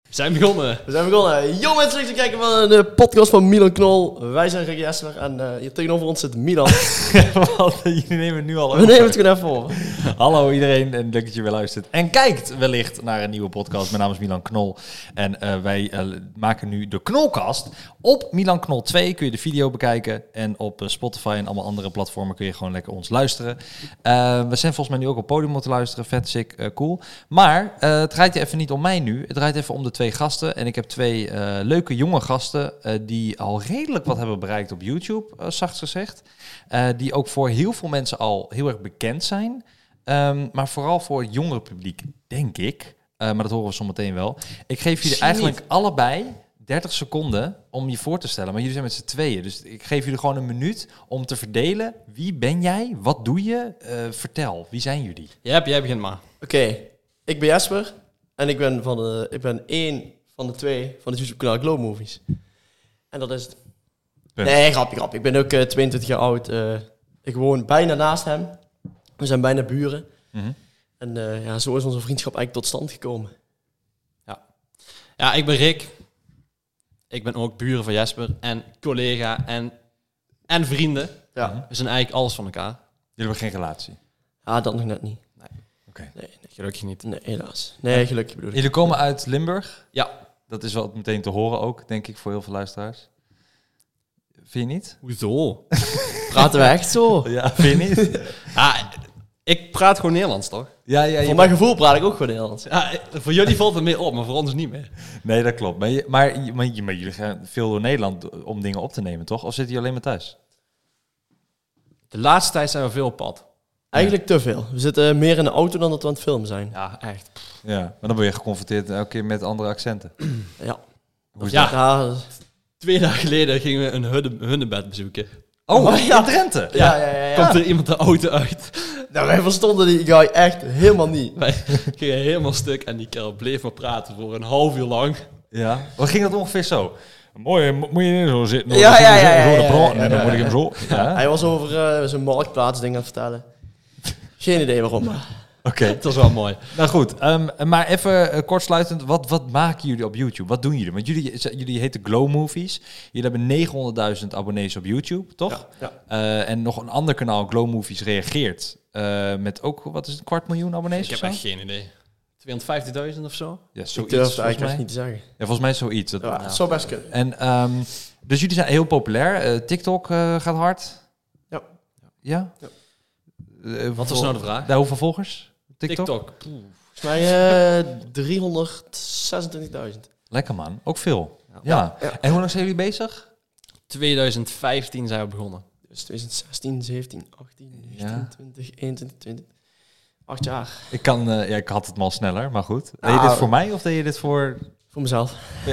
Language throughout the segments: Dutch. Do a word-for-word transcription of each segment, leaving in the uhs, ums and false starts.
We zijn begonnen. We zijn begonnen. Yo mensen, leuk te kijken van de podcast van Milan Knol. Wij zijn Rick Jessler en uh, hier tegenover ons zit Milan. Wat, jullie nemen het nu al over. We nemen het gewoon even over. Hallo iedereen en leuk dat je weer luistert. En kijkt wellicht naar een nieuwe podcast. Mijn naam is Milan Knol. En uh, wij uh, maken nu de Knolkast. Op Milan Knol twee kun je de video bekijken. En op uh, Spotify en allemaal andere platformen kun je gewoon lekker ons luisteren. Uh, we zijn volgens mij nu ook op Podimo te luisteren. Vet, sick, uh, cool. Maar uh, het draait even niet om mij nu. Het draait even om de twee gasten. En ik heb twee uh, leuke jonge gasten uh, die al redelijk wat hebben bereikt op YouTube, uh, zacht gezegd. Uh, die ook voor heel veel mensen al heel erg bekend zijn. Um, maar vooral voor het jongere publiek, denk ik. Uh, maar dat horen we zo meteen wel. Ik geef jullie eigenlijk allebei dertig seconden om je voor te stellen. Maar jullie zijn met z'n tweeën. Dus ik geef jullie gewoon een minuut om te verdelen. Wie ben jij? Wat doe je? Uh, vertel, wie zijn jullie? Jij, jij begint maar. Oké, okay, ik ben Jesper. En ik ben, van de, ik ben één van de twee van het YouTube-kanaal Glow Movies. En dat is het. Punt. Nee, grapje, grapje. Ik ben ook uh, tweeëntwintig jaar oud. Uh, ik woon bijna naast hem. We zijn bijna buren. Mm-hmm. En uh, ja, zo is onze vriendschap eigenlijk tot stand gekomen. Ja, ja, ik ben Rick. Ik ben ook buren van Jesper en collega en, en vrienden. Ja. Mm-hmm. We zijn eigenlijk alles van elkaar. Jullie hebben geen relatie? Ja, dat nog net niet. Nee. Okay. Nee, nee, gelukkig niet. Nee, helaas. Nee, gelukkig bedoel ik. Jullie komen uit Limburg? Ja. Dat is wel meteen te horen ook, denk ik, voor heel veel luisteraars. Vind je niet? Hoezo? Praten we echt zo? Ja, vind je niet? ah, ik praat gewoon Nederlands, toch? Ja, ja, voor mijn gevoel praat ik ook gewoon Nederlands. Ja, voor jullie valt het meer op, maar voor ons niet meer. Nee, dat klopt. Maar, je, maar, maar, maar jullie gaan veel door Nederland om dingen op te nemen, toch? Of zitten jullie alleen maar thuis? De laatste tijd zijn we veel op pad. Eigenlijk te veel. We zitten meer in de auto dan dat we aan het filmen zijn. Ja, echt. Ja, maar dan ben je geconfronteerd elke keer met andere accenten. Ja. Hoe is ja. dat? Ja. Twee dagen geleden gingen we een hunne, hunnebed bezoeken. Oh, oh ja. In Drenthe? Ja, ja, ja, ja. Komt er iemand de auto uit? Nou, wij verstonden die guy echt helemaal niet. Wij gingen helemaal stuk en die kerel bleef maar praten voor een half uur lang. Ja. Wat ging dat ongeveer zo? Mooi, moet je zo zitten? Ja, ja, ja. Zo ja, ja, praten ja, en dan moet ik hem zo... Ja. Hij was over uh, zijn marktplaatsding aan het vertellen. Geen idee waarom. Oké. Okay. Dat was wel mooi. Nou goed, um, maar even uh, kortsluitend. Wat, wat maken jullie op YouTube? Wat doen jullie? Want jullie, jullie heten Glow Movies. Jullie hebben negenhonderdduizend abonnees op YouTube, toch? Ja. ja. Uh, en nog een ander kanaal, Glow Movies, reageert uh, met ook, wat is het, een kwart miljoen abonnees? Ik heb echt geen idee. tweehonderdvijftigduizend of zo? Ja, zoiets. Ik durf het eigenlijk niet te zeggen. Ja, volgens mij zoiets. Dat, ja, nou. Het zou best kunnen. En, um, dus jullie zijn heel populair. Uh, TikTok uh, gaat hard. Ja. Ja? ja. Uh, Wat was nou de vraag? Daar hoeveel volgers? TikTok? TikTok. Volgens mij uh, driehonderdzesentwintigduizend. Lekker man, ook veel. Ja. Ja. Ja. En hoe lang zijn jullie bezig? tweeduizend vijftien zijn we begonnen. Dus twintig zestien, zeventien, achttien, negentien, ja. twintig, eenentwintig, twintig. Acht jaar. Ik kan, uh, ja, ik had het maar sneller, maar goed. Deed nou, je dit voor mij of deed je dit voor... Voor mezelf. Ja.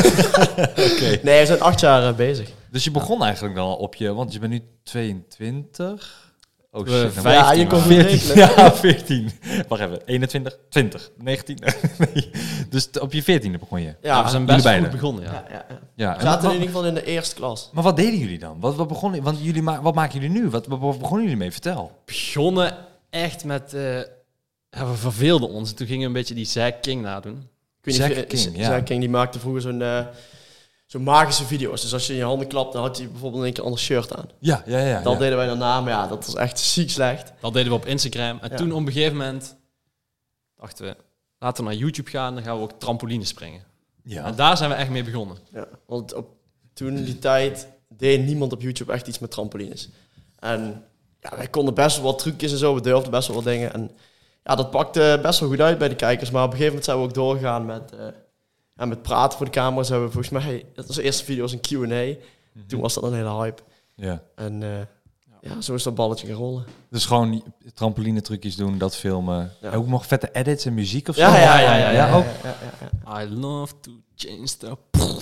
Okay. Nee, we zijn acht jaar uh, bezig. Dus je begon eigenlijk wel op je, want je bent nu tweeëntwintig. Oh shit. Uh, vijftien, ja, je kon veertien. Ja, veertien. Wacht even, eenentwintig, twintig, negentien. Nee. Dus op je veertiende begon je? Ja, ja we zijn best goed begonnen, ja. ja, ja, ja. ja. We zaten in ieder geval in de eerste klas. Maar wat deden jullie dan? Wat, wat begonnen, want jullie ma- wat maken jullie nu? Wat, wat, wat begonnen jullie mee? Vertel. Begonnen echt met... Uh, ja, we verveelden ons. En toen gingen we een beetje die Zack King nadoen. Zack King, ja. Zack King, die maakte vroeger zo'n... Uh, Zo'n magische video's. Dus als je in je handen klapt, dan had hij bijvoorbeeld een keer een ander shirt aan. Ja, ja, ja. Dat ja. deden wij daarna, maar ja, dat was echt ziek slecht. Dat deden we op Instagram. En ja. toen op een gegeven moment dachten we, laten we naar YouTube gaan, dan gaan we ook trampoline springen. Ja. En daar zijn we echt mee begonnen. Ja, want op, toen in die tijd deed niemand op YouTube echt iets met trampolines. En ja, wij konden best wel wat trucjes en zo, we durfden best wel wat dingen. En ja, dat pakte best wel goed uit bij de kijkers. Maar op een gegeven moment zijn we ook doorgegaan met... Uh, En met praten voor de camera's hebben we volgens mij... Dat was de eerste video, was een Q en A. Mm-hmm. Toen was dat een hele hype. Ja. En uh, ja, zo is dat balletje gaan rollen. Dus gewoon trampoline trucjes doen, dat filmen. Ja. Ook nog vette edits en muziek of zo? Ja, ja, ja. ja, ja, ja, ja, ook. ja, ja, ja. I love to change the...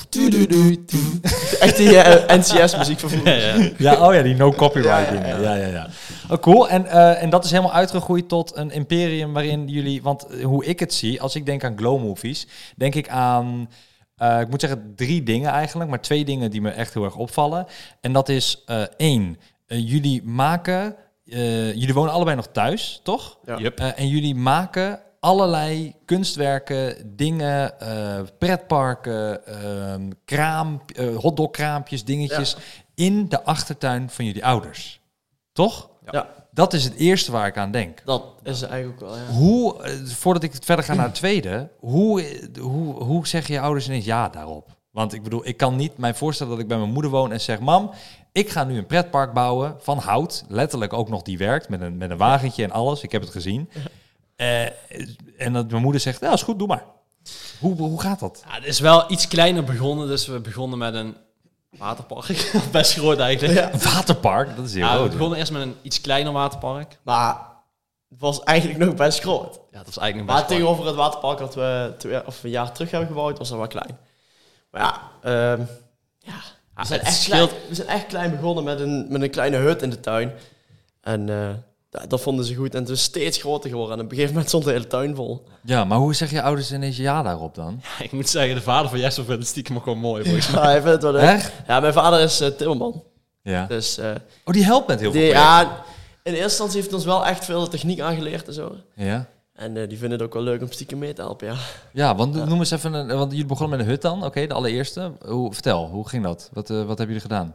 Echt die uh, N C S-muziek van vroeger. Ja, ja. ja, oh ja, die no copyright dingen. Ja, ja, ja. ja, ja. Oh, cool. En, uh, en dat is helemaal uitgegroeid tot een imperium waarin jullie... Want hoe ik het zie, als ik denk aan Glow Movies, denk ik aan... Uh, ik moet zeggen drie dingen eigenlijk, maar twee dingen die me echt heel erg opvallen. En dat is uh, één, uh, jullie maken... Uh, jullie wonen allebei nog thuis, toch? Ja. Yep. Uh, en jullie maken allerlei kunstwerken, dingen, uh, pretparken, uh, kraam, uh, hotdogkraampjes, dingetjes ja. in de achtertuin van jullie ouders. Toch? Ja. ja. Dat is het eerste waar ik aan denk. Dat is eigenlijk ook wel, ja. Hoe, uh, voordat ik verder ga naar het tweede, hoe, hoe, hoe zeggen je ouders ineens ja daarop? Want ik bedoel, ik kan niet mij voorstellen dat ik bij mijn moeder woon en zeg, mam, ik ga nu een pretpark bouwen van hout. Letterlijk ook nog die werkt, met een, met een wagentje en alles. Ik heb het gezien. Uh, en dat mijn moeder zegt, ja, is goed, doe maar. Hoe, hoe gaat dat? Ja, het is wel iets kleiner begonnen, dus we begonnen met een waterpark. Best groot eigenlijk. Ja. Een waterpark? Dat is heel ja, groot. We begonnen eerst met een iets kleiner waterpark. Maar het was eigenlijk nog best groot. Ja, het was eigenlijk nog maar best tegenover het waterpark dat we twee, of een jaar terug hebben gebouwd, was dat wel klein. Maar ja, um, ja, we, zijn echt klein, we zijn echt klein begonnen met een, met een kleine hut in de tuin. En uh, dat, dat vonden ze goed. En het is steeds groter geworden. En op een gegeven moment stond de hele tuin vol. Ja, maar hoe zeg je ouders ineens ja daarop dan? Ja, ik moet zeggen, de vader van Jesper vindt het stiekem ook gewoon mooi. Volgens mij. Ja, hij vindt het wel leuk. Echt? Ja, mijn vader is uh, timmerman. Ja. Dus, uh, oh, die helpt met heel veel die, projecten. Ja, in eerste instantie heeft hij ons wel echt veel techniek aangeleerd en zo. Ja. En uh, die vinden het ook wel leuk om stiekem mee te helpen, ja. Ja, want ja. noem eens even, een, want jullie begonnen met een hut dan, oké, okay, de allereerste. Hoe, vertel, hoe ging dat? Wat, uh, wat hebben jullie gedaan?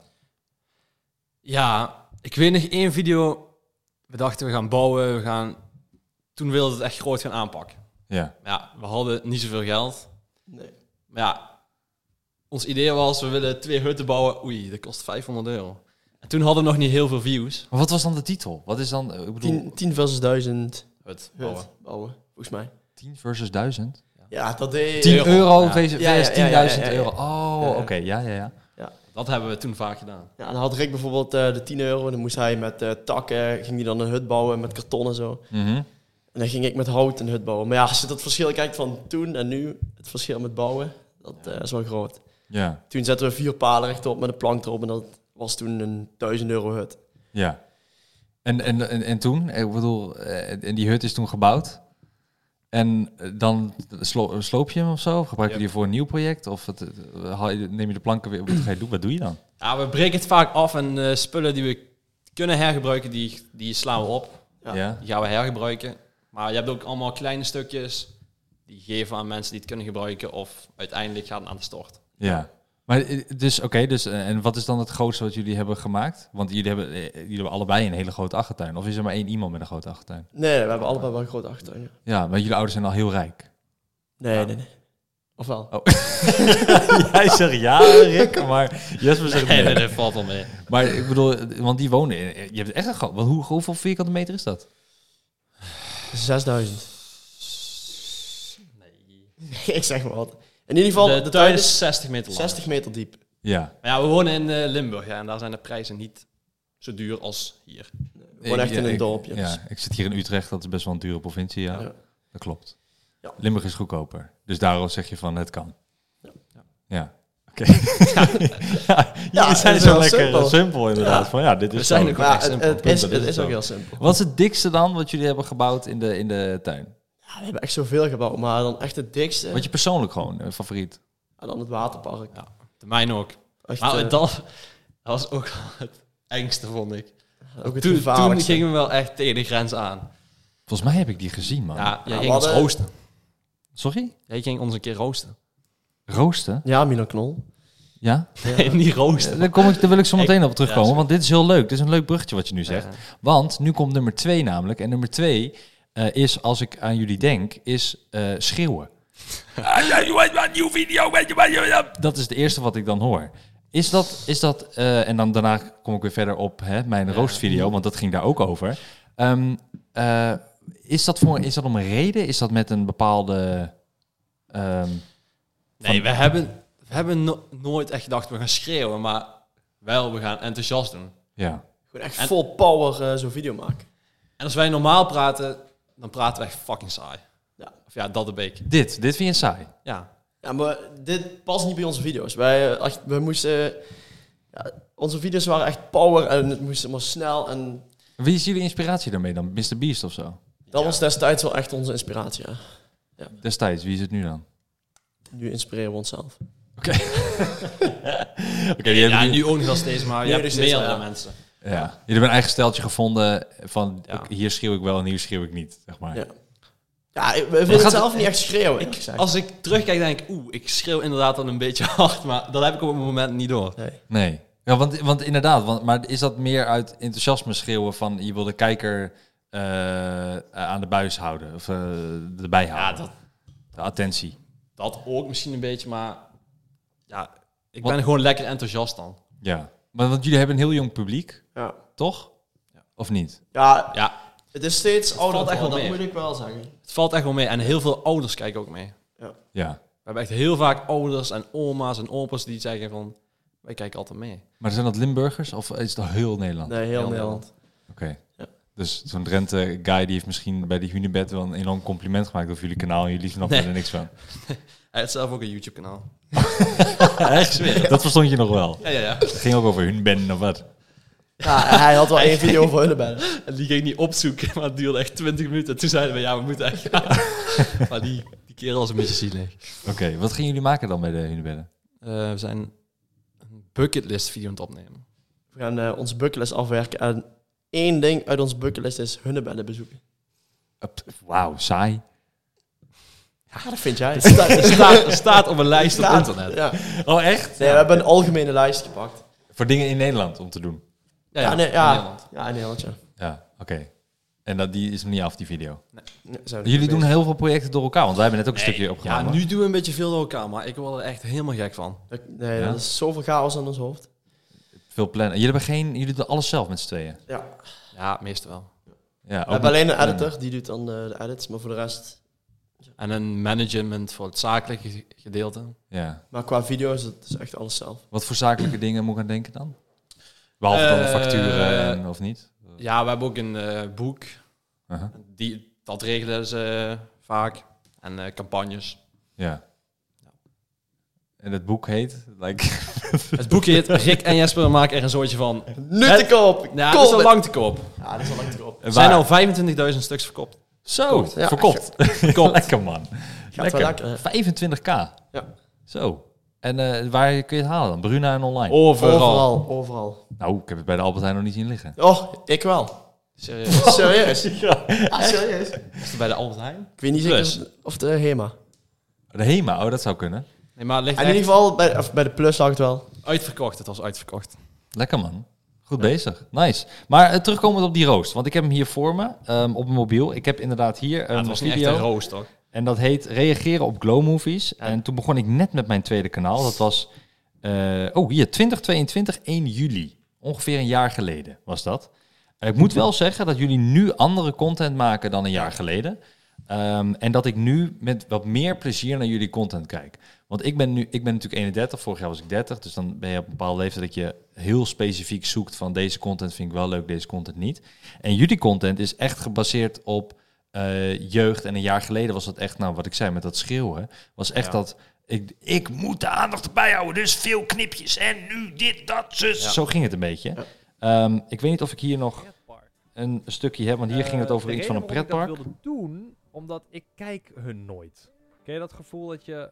Ja, ik weet nog één video. We dachten, we gaan bouwen, we gaan... Toen wilden we het echt groot gaan aanpakken. Ja. Ja, we hadden niet zoveel geld. Nee. Maar ja, ons idee was, we willen twee hutten bouwen. Oei, dat kost vijfhonderd euro. En toen hadden we nog niet heel veel views. Maar wat was dan de titel? Wat is dan, ik bedoel... tien versus duizend Hut bouwen. bouwen. bouwen, volgens mij. tien versus duizend? Ja, dat deed... tien euro Ja. versus Ja, ja, ja, tienduizend ja, ja, ja. euro. Oh, Ja, ja. oké, okay. ja, ja, ja. Ja. Dat hebben we toen vaak gedaan. Ja, dan had Rick bijvoorbeeld uh, de tien euro. Dan moest hij met uh, takken, ging hij dan een hut bouwen met karton en zo. Mm-hmm. En dan ging ik met hout een hut bouwen. Maar ja, als je dat verschil kijkt van toen en nu, het verschil met bouwen, dat uh, is wel groot. Ja. Toen zetten we vier palen rechtop met een plank erop en dat was toen een duizend euro hut. Ja. En, en, en, en toen? Ik bedoel, en die hut is toen gebouwd. En dan slo- sloop je hem of zo? Of gebruik je Yep. die voor een nieuw project? Of het, haal je, neem je de planken weer? Wat ga je doen? Wat doe je dan? Ja, we breken het vaak af en uh, spullen die we kunnen hergebruiken, die, die slaan we op. Ja. Ja. Die gaan we hergebruiken. Maar je hebt ook allemaal kleine stukjes die geven aan mensen die het kunnen gebruiken of uiteindelijk gaan aan de stort. Ja. Maar dus, oké, okay, dus en wat is dan het grootste wat jullie hebben gemaakt? Want jullie hebben, jullie hebben allebei een hele grote achtertuin. Of is er maar één iemand met een grote achtertuin? Nee, we hebben allebei wel een grote achtertuin. Ja. Ja, maar jullie ouders zijn al heel rijk. Nee, Ja. nee, nee. Of wel? Oh. Jij zegt ja, Rick, maar Jesper zegt nee. Nee, nee, dat valt wel mee. Maar ik bedoel, want die wonen in, je hebt echt een groot. Want hoe, hoeveel vierkante meter is dat? zesduizend. Nee. Ik zeg maar wat. In ieder geval, De, de, tuin tuin is is zestig meter lang. zestig meter diep. Ja. Maar ja, we wonen in uh, Limburg ja, en daar zijn de prijzen niet zo duur als hier. Gewoon echt Ik- in een ik- dorpje. Ja, dus. ik zit hier in Utrecht, dat is best wel een dure provincie, ja. Ja. Dat klopt. Ja. Limburg is goedkoper. Dus daarom zeg je van, het kan. Ja. Ja. Oké. ja, Ja, jullie het zijn is zo wel lekker simpel. simpel, inderdaad. Ja. Van, ja, dit is We zijn zo. ook Maar echt het, simpel. het Punt, is, dat het is is het ook zo. heel simpel. Wat is het dikste dan wat jullie hebben gebouwd in de, in de tuin? Ja, we hebben echt zoveel gebouwd, maar dan echt het dikste. Wat je persoonlijk gewoon, een favoriet? En dan het waterpark. Ja, de mijne ook. Echt, Maar eh, dat, dat was ook het engste, vond ik. ook het Toen, toen gevaarlijkste. gingen we wel echt tegen de grens aan. Volgens mij heb ik die gezien, man. Ja, jij Ja, ging we ons hadden- roosten. Sorry? Jij ging ons een keer roosten. Roosten? Ja, Milan Knol. Ja? Nee, niet roosten. Eh, Daar, kom ik, daar wil ik zo meteen Ik- op terugkomen, ja, want dit is heel leuk. Dit is een leuk bruggetje wat je nu zegt. Ja. Want nu komt nummer twee namelijk. En nummer twee uh, is, als ik aan jullie denk, is uh, schreeuwen. Nieuw video. Dat is het eerste wat ik dan hoor. Is dat, is dat uh, en dan daarna kom ik weer verder op hè, mijn Ja. roostvideo, want dat ging daar ook over. Um, uh, is, dat voor, is dat om een reden? Is dat met een bepaalde... Um, Nee, we hebben, we hebben no- nooit echt gedacht, we gaan schreeuwen, maar wel, we gaan enthousiast doen. ja. Gewoon echt En- vol power uh, zo'n video maken. En als wij normaal praten, dan praten we echt fucking saai. Ja. Of ja, dat een beetje. Dit, dit vind je saai. Ja. Ja, maar dit past niet bij onze video's. Wij, uh, echt, we moesten... Ja, onze video's waren echt power en het moest maar snel. En Wie is jullie inspiratie daarmee dan? mister Beast of zo? dat Ja. was destijds wel echt onze inspiratie. Ja. Destijds, wie is het nu dan? Nu inspireren we onszelf. Oké. Oké, die Ja, hebben nu ook nog wel steeds, maar je Nu hebt nog steeds, meerdere ja. mensen. Ja. Jullie hebben een eigen steltje gevonden van Ja. ook hier schreeuw ik wel en hier schreeuw ik niet, zeg maar. Ja. Ja, we vinden gaat het zelf het- niet echt schreeuwen. Ik, Als ik terugkijk, denk ik, oeh, ik schreeuw inderdaad dan een beetje hard, maar dat heb ik op het moment niet door. nee. Nee. Ja, want, want inderdaad, want, maar is dat meer uit enthousiasme schreeuwen van je wil de kijker uh, aan de buis houden of uh, erbij Ja, houden? dat, De attentie. dat ook misschien een beetje, maar ja, ik Wat- ben gewoon lekker enthousiast dan. Ja. Maar want jullie hebben een heel jong publiek, Ja. toch? Ja. Of niet? Ja, Ja, het is steeds ouder, valt echt wel dat mee. moet ik wel zeggen. het valt echt wel mee. En heel veel ouders kijken ook mee. Ja. We hebben echt heel vaak ouders en oma's en opa's die zeggen van, wij kijken altijd mee. Maar zijn dat Limburgers of is dat heel Nederland? Nee, heel, Heel Nederland. Oké. Ja. Dus zo'n Drenthe guy die heeft misschien bij die Hunebed wel een enorm compliment gemaakt over jullie kanaal en jullie snappen Nee. er niks van. Hij heeft zelf ook een YouTube kanaal. Echt? Dat verstond je nog wel. Ja, ja, ja. Het ging ook over Hunebed of wat. Ja, hij had wel één video voor hun bij. En die ging niet opzoeken, maar het duurde echt twintig minuten. Toen zeiden we, ja, we moeten echt gaan. Maar die, die kerel was een beetje zielig. Oké, wat gingen jullie maken dan bij de Hunebedden? Uh, we zijn een bucketlist video aan het opnemen. We gaan uh, onze bucketlist afwerken. En één ding uit onze bucketlist is Hunebedden bezoeken. Wauw, saai. Ja, dat vind jij. Het staat, het staat, het staat op een lijst op Staat- internet. Ja. Oh, echt? Nee, we hebben een algemene lijst gepakt. Voor dingen in Nederland om te doen? Ja, Ja, nee, in ja. Nederland. Ja, in Nederland, ja. Ja, oké. En dat, die is nog niet af, die video. Nee, zijn we Jullie mee doen heel veel projecten door elkaar, want wij hebben net ook een Nee, stukje ja, opgenomen. nu doen we een beetje veel door elkaar, maar ik word er echt helemaal gek van. bezig. Nee, Ja? dat is zoveel chaos aan ons hoofd. Veel plannen. Jullie hebben geen, jullie doen alles zelf met z'n tweeën. Ja. Ja, meestal wel. Ja, We hebben alleen een editor, die doet dan uh, de edits, maar voor de rest... En een management voor het zakelijke ge- gedeelte. Ja. Maar qua video is het is echt alles zelf. Wat voor zakelijke dingen moet ik aan denken dan? Behalve dan de Eh, facturen en, of niet? Ja, we hebben ook een uh, boek. Uh-huh. Die, dat regelen ze vaak. En uh, campagnes. Ja. En het boek heet? Like... Het boek heet Rick en Jesper maken er een soortje van. Nu te koop! Ja, dat is al lang te koop. Ja, dat is al lang te koop. Er zijn al vijfentwintigduizend stuks verkocht. Zo, Ja, verkocht. Verkocht. Lekker man. Gaat wel lekker, hè? vijfentwintig k. Ja. Zo. En uh, waar kun je het halen dan? Bruna en online? Overal. Overal, overal. Nou, ik heb het bij de Albert Heijn nog niet zien liggen. Oh, ik wel. Serieus. Serieus? Ja. Ah, serieus? Is het bij de Albert Heijn? Ik weet niet Plus. zeker of, of de Hema. De Hema, oh, dat zou kunnen. Nee, maar het ligt En in echt ieder geval, bij, of bij de Plus lag het wel. uitverkocht. Het was uitverkocht. Lekker man. Goed bezig. Nice. Maar uh, terugkomend op die roost. Want ik heb hem hier voor me, um, op mijn mobiel. Ik heb inderdaad hier Ja, een het was niet video. echt een roos, toch? En dat heet Reageren op Glow Movies. En toen begon ik net met mijn tweede kanaal. Dat was, uh, oh hier, twintig tweeëntwintig, één juli. Ongeveer een jaar geleden was dat. En ik moet wel zeggen dat jullie nu andere content maken dan een jaar geleden. Um, en dat ik nu met wat meer plezier naar jullie content kijk. Want ik ben nu, ik ben natuurlijk eenendertig, vorig jaar was ik dertig. Dus dan ben je op een bepaalde leeftijd dat je heel specifiek zoekt van deze content vind ik wel leuk, deze content niet. En jullie content is echt gebaseerd op uh, jeugd. En een jaar geleden was dat echt, nou wat ik zei met dat schreeuwen, was echt Ja. dat ik, ik moet de aandacht erbij houden. Dus veel knipjes en nu dit, dat, zus. Ja. Zo ging het een beetje. Um, ik weet niet of ik hier nog een stukje heb, want hier ging het over Uh, iets van een de reden waarom pretpark. Ik dat wilde doen, omdat ik kijk hun nooit. Ken je dat gevoel dat je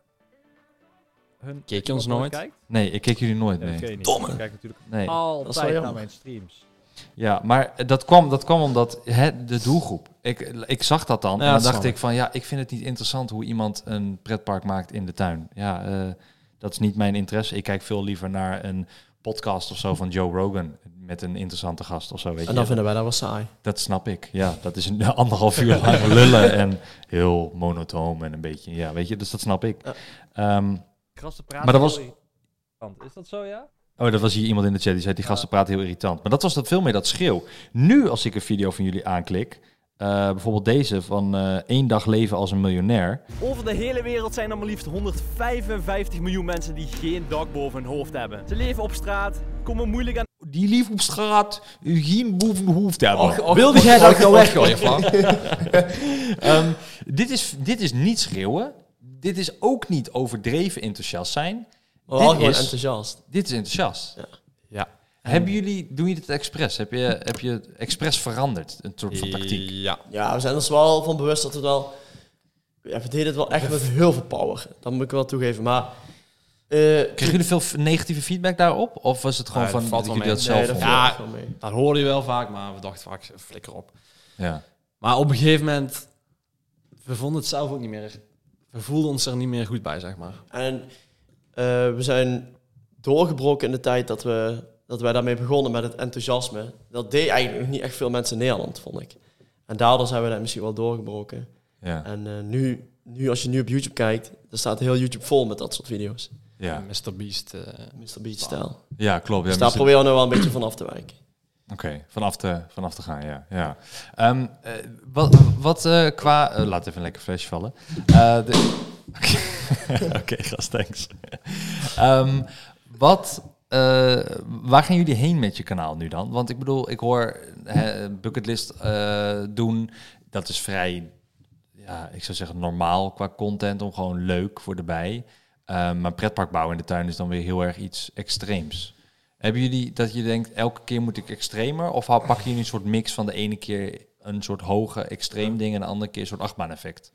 hun Keek je ons iemand nooit? kijkt? Nee, ik keek jullie nooit Nee, dat ken mee. je niet. Ik kijk natuurlijk Nee. Dat is wel altijd naar jammer. mijn streams. Ja, maar dat kwam, dat kwam omdat hè, de doelgroep. Ik, ik zag dat dan Ja, en dan dat dacht snap ik van ja, ik vind het niet interessant hoe iemand een pretpark maakt in de tuin. Ja, uh, dat is niet mijn interesse. Ik kijk veel liever naar een podcast of zo van Joe Rogan met een interessante gast of zo. Weet En je. dan vinden wij dat wel saai. Dat snap ik. Ja, dat is een anderhalf uur lang lullen en heel monotoom en een beetje, ja, weet je, dus dat snap ik. Um, Krassen praten. Maar dat was- heel irritant. Is dat zo, ja? Oh, dat was hier iemand in de chat die zei, die gasten praten heel irritant. Maar dat was dat veel meer dat schreeuw. Nu, als ik een video van jullie aanklik, uh, bijvoorbeeld deze van uh, één dag leven als een miljonair. Over de hele wereld zijn er maar liefst honderdvijfenvijftig miljoen mensen die geen dak boven hun hoofd hebben. Ze leven op straat, komen moeilijk aan... Die lief op straat, geen boven de hoofd hebben. Och, och, Wilde jij dat ik nou weggooi, Frank? um, dit, is, dit is niet schreeuwen. Dit is ook niet overdreven enthousiast zijn. Oh, Dit gewoon is- enthousiast. Dit is enthousiast. Ja. Ja. Hebben jullie, doen jullie dit expres? Heb je, heb je het expres veranderd? Een soort van tactiek? Ja. Ja, we zijn ons wel van bewust dat we wel... Ja, we deden het wel echt met heel veel power. Dat moet ik wel toegeven. Maar... Uh, Kregen jullie veel f- negatieve feedback daarop? Of was het gewoon Nee, dat van valt dat wel jullie dat mee. zelf nee, dat vonden? Ja. viel echt wel mee. Dat hoorde je wel vaak, maar we dachten vaak, flikker op. Ja. Maar op een gegeven moment we vonden het zelf ook niet meer... We voelden ons er niet meer goed bij, zeg maar. En uh, we zijn doorgebroken in de tijd dat, we, dat wij daarmee begonnen met het enthousiasme. Dat deed eigenlijk nog niet echt veel mensen in Nederland, vond ik. En daardoor zijn we daar misschien wel doorgebroken. Ja. En uh, nu, nu, als je nu op YouTube kijkt, dan staat heel YouTube vol met dat soort video's. Ja, mister Beast. Uh, mister Beast-stijl. ja klopt. Ja, Dus daar mister proberen we nou wel een beetje van af te wijken. Oké, okay, vanaf, te, vanaf te gaan, ja. ja. Um, uh, wat wat uh, qua... Uh, laat even een lekker flesje vallen. Uh, Oké, okay, gast, thanks. um, wat... Uh, waar gaan jullie heen met je kanaal nu dan? Want ik bedoel, ik hoor uh, bucketlist uh, doen. Dat is vrij, ja, ik zou zeggen normaal qua content, om gewoon leuk voor erbij. Uh, maar pretpark bouwen in de tuin is dan weer heel erg iets extreems. Hebben jullie dat je denkt, elke keer moet ik extremer? Of pakken jullie een soort mix van de ene keer een soort hoge extreem ding en de andere keer een soort achtbaan-effect?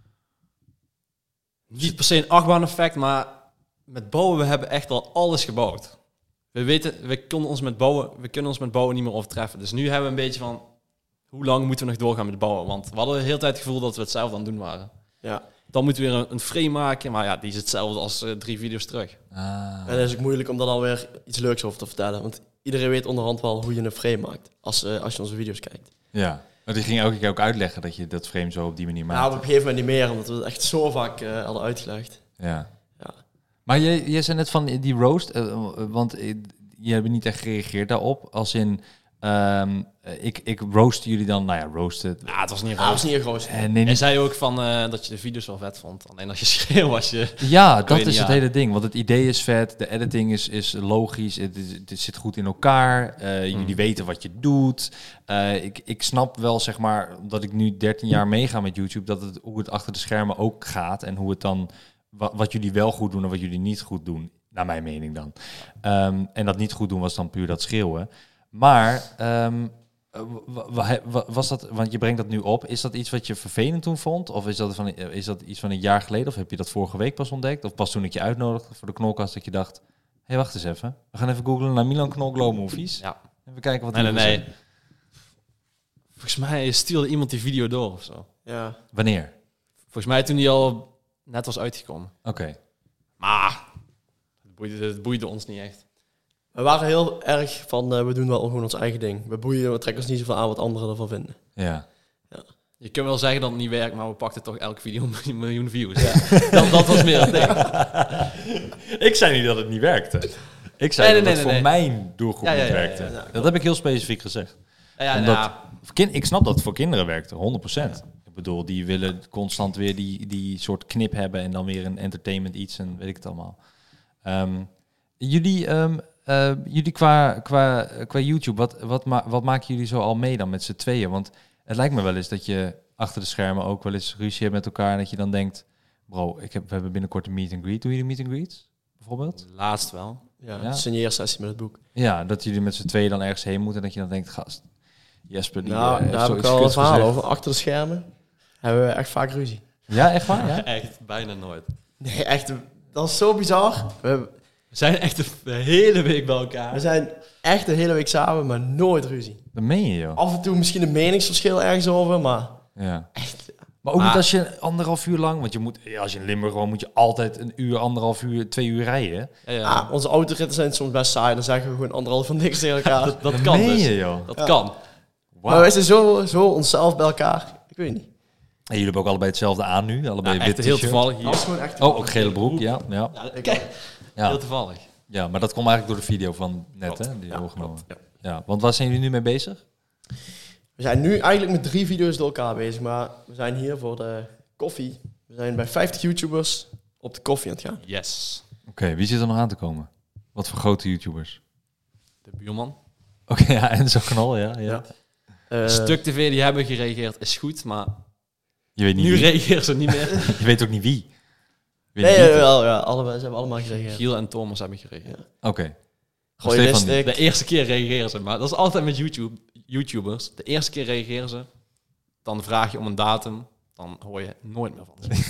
Niet per se een achtbaan-effect, maar met bouwen, we hebben echt al alles gebouwd. We weten, we kunnen ons met bouwen, we kunnen ons met bouwen niet meer overtreffen. Dus nu hebben we een beetje van, hoe lang moeten we nog doorgaan met bouwen? Want we hadden de hele tijd het gevoel dat we hetzelfde aan het doen waren. Ja. Dan moeten we weer een, een frame maken, maar ja, die is hetzelfde als uh, drie video's terug. Ah. En het is ook moeilijk om daar alweer iets leuks over te vertellen. Want iedereen weet onderhand wel hoe je een frame maakt, als, uh, als je onze video's kijkt. Ja, maar die ging elke keer ook uitleggen dat je dat frame zo op die manier maakt. Nou, op een gegeven moment niet meer, omdat we het echt zo vaak uh, hadden uitgelegd. Ja. Ja. Maar jij, jij zei net van die roast, uh, want uh, je hebt niet echt gereageerd daarop. Als in, um, ik, ik roaste jullie dan, nou ja, roasten. Ja, het was niet Ja, dat was roos. niet een groot. Uh, nee, Je niet, zei ook van uh, dat je de video's wel vet vond. Alleen als je schreeuw was je... ja, Ik dat weet is niet, het ja. hele ding. Want het idee is vet, de editing is, is logisch, het, is, het zit goed in elkaar. Uh, Mm. Jullie weten wat je doet. Uh, ik, ik snap wel, zeg maar, omdat ik nu dertien jaar meega met YouTube, dat het, hoe het achter de schermen ook gaat. En hoe het dan, wat, wat jullie wel goed doen en wat jullie niet goed doen. Naar mijn mening dan. Um, en dat niet goed doen was dan puur dat schreeuwen. Maar um, wa- wa- wa- was dat, want je brengt dat nu op, is dat iets wat je vervelend toen vond? Of is dat, van, is dat iets van een jaar geleden? Of heb je dat vorige week pas ontdekt? Of pas toen ik je uitnodigde voor de Knolkast dat je dacht, hé, hey, wacht eens even. We gaan even googlen naar Milan Knol Glow Movies. Ja. Even kijken wat Nee, die nee, nee. zijn. Volgens mij stuurde iemand die video door of zo. Ja. Wanneer? Volgens mij toen die al net was uitgekomen. Oké. Okay. Maar het boeide, het boeide ons niet echt. We waren heel erg van, uh, we doen wel gewoon ons eigen ding. We boeien, we trekken ons niet zoveel aan wat anderen ervan vinden. Ja. Je kunt wel zeggen dat het niet werkt, maar we pakten toch elke video een miljoen views. Ja. dat, dat was meer het ding. Ik zei niet dat het niet werkte. Ik zei Nee, nee, dat nee, het nee, voor nee. mijn doelgroep Ja, ja, niet ja, ja, werkte. ja, ja. Dat heb ik heel specifiek gezegd. Ja, ja, Omdat- ja. Voor kind, ik snap dat het voor kinderen werkte, honderd procent. Ik bedoel, die willen constant weer die, die soort knip hebben en dan weer een entertainment iets en weet ik het allemaal. Um, jullie um, uh, jullie qua, qua, qua YouTube, wat, wat, ma- wat maken jullie zo al mee dan met z'n tweeën? Want het lijkt me wel eens dat je achter de schermen ook wel eens ruzie hebt met elkaar en dat je dan denkt, bro, ik heb, we hebben binnenkort een meet and greet. Doen jullie meet and greets, bijvoorbeeld? Laatst wel. Ja, Ja. een signeersessie met het boek. Ja, dat jullie met z'n tweeën dan ergens heen moeten en dat je dan denkt, gast, Jesper, die Nou, eh, heeft daar heb ik zoiets wel een kuts verhaal gezegd. over. Achter de schermen hebben we echt vaak ruzie. Ja, echt waar? Ja? Echt bijna nooit. Nee, echt, dat is zo bizar. We, We zijn echt de, de hele week bij elkaar. we zijn echt de hele week samen, maar nooit ruzie. Dat meen je, joh. Af en toe misschien een meningsverschil ergens over, maar Ja. echt... Maar ook Maar- niet als je anderhalf uur lang, want je moet, ja, als je in Limburg woont, moet je altijd een uur, anderhalf uur, twee uur rijden. Ja, ja. Ah, onze autoritten zijn soms best saai, dan zeggen we gewoon anderhalf van niks tegen elkaar. dat dat kan meen dus. je, joh. Dat Ja. kan. Maar wij zijn zo, zo onszelf bij elkaar. Ik weet niet. En jullie hebben ook allebei hetzelfde aan nu, allebei Ja, wit echt heel t-shirt. toevallig Dat is hier. gewoon echt... Oh, ook gele broek, ja. Ja, Ja, Ik kijk, heel ja. toevallig. ja, maar dat komt eigenlijk door de video van net, Klopt. hè, die Ja, opgenomen. klopt, Ja, want waar zijn jullie nu mee bezig? We zijn nu eigenlijk met drie video's door elkaar bezig, maar we zijn hier voor de koffie. We zijn bij vijftig YouTubers op de koffie aan het gaan. Yes. Oké, wie zit er nog aan te komen? Wat voor grote YouTubers? De buurman. Oké, ja, en zo knal, ja. ja. Ja. Uh, Stuk T V die hebben gereageerd is goed, maar Je weet niet nu wie. reageren ze niet meer. Je weet ook niet wie. Je weet Nee, niet wie het wel, ja, allebei, ze hebben allemaal gereageerd. Giel en Thomas hebben gereageerd. is. Oké. Gooi Stefan je niet. De eerste keer reageren ze, maar dat is altijd met YouTube, YouTubers. De eerste keer reageren ze, dan vraag je om een datum, dan hoor je nooit meer van ze.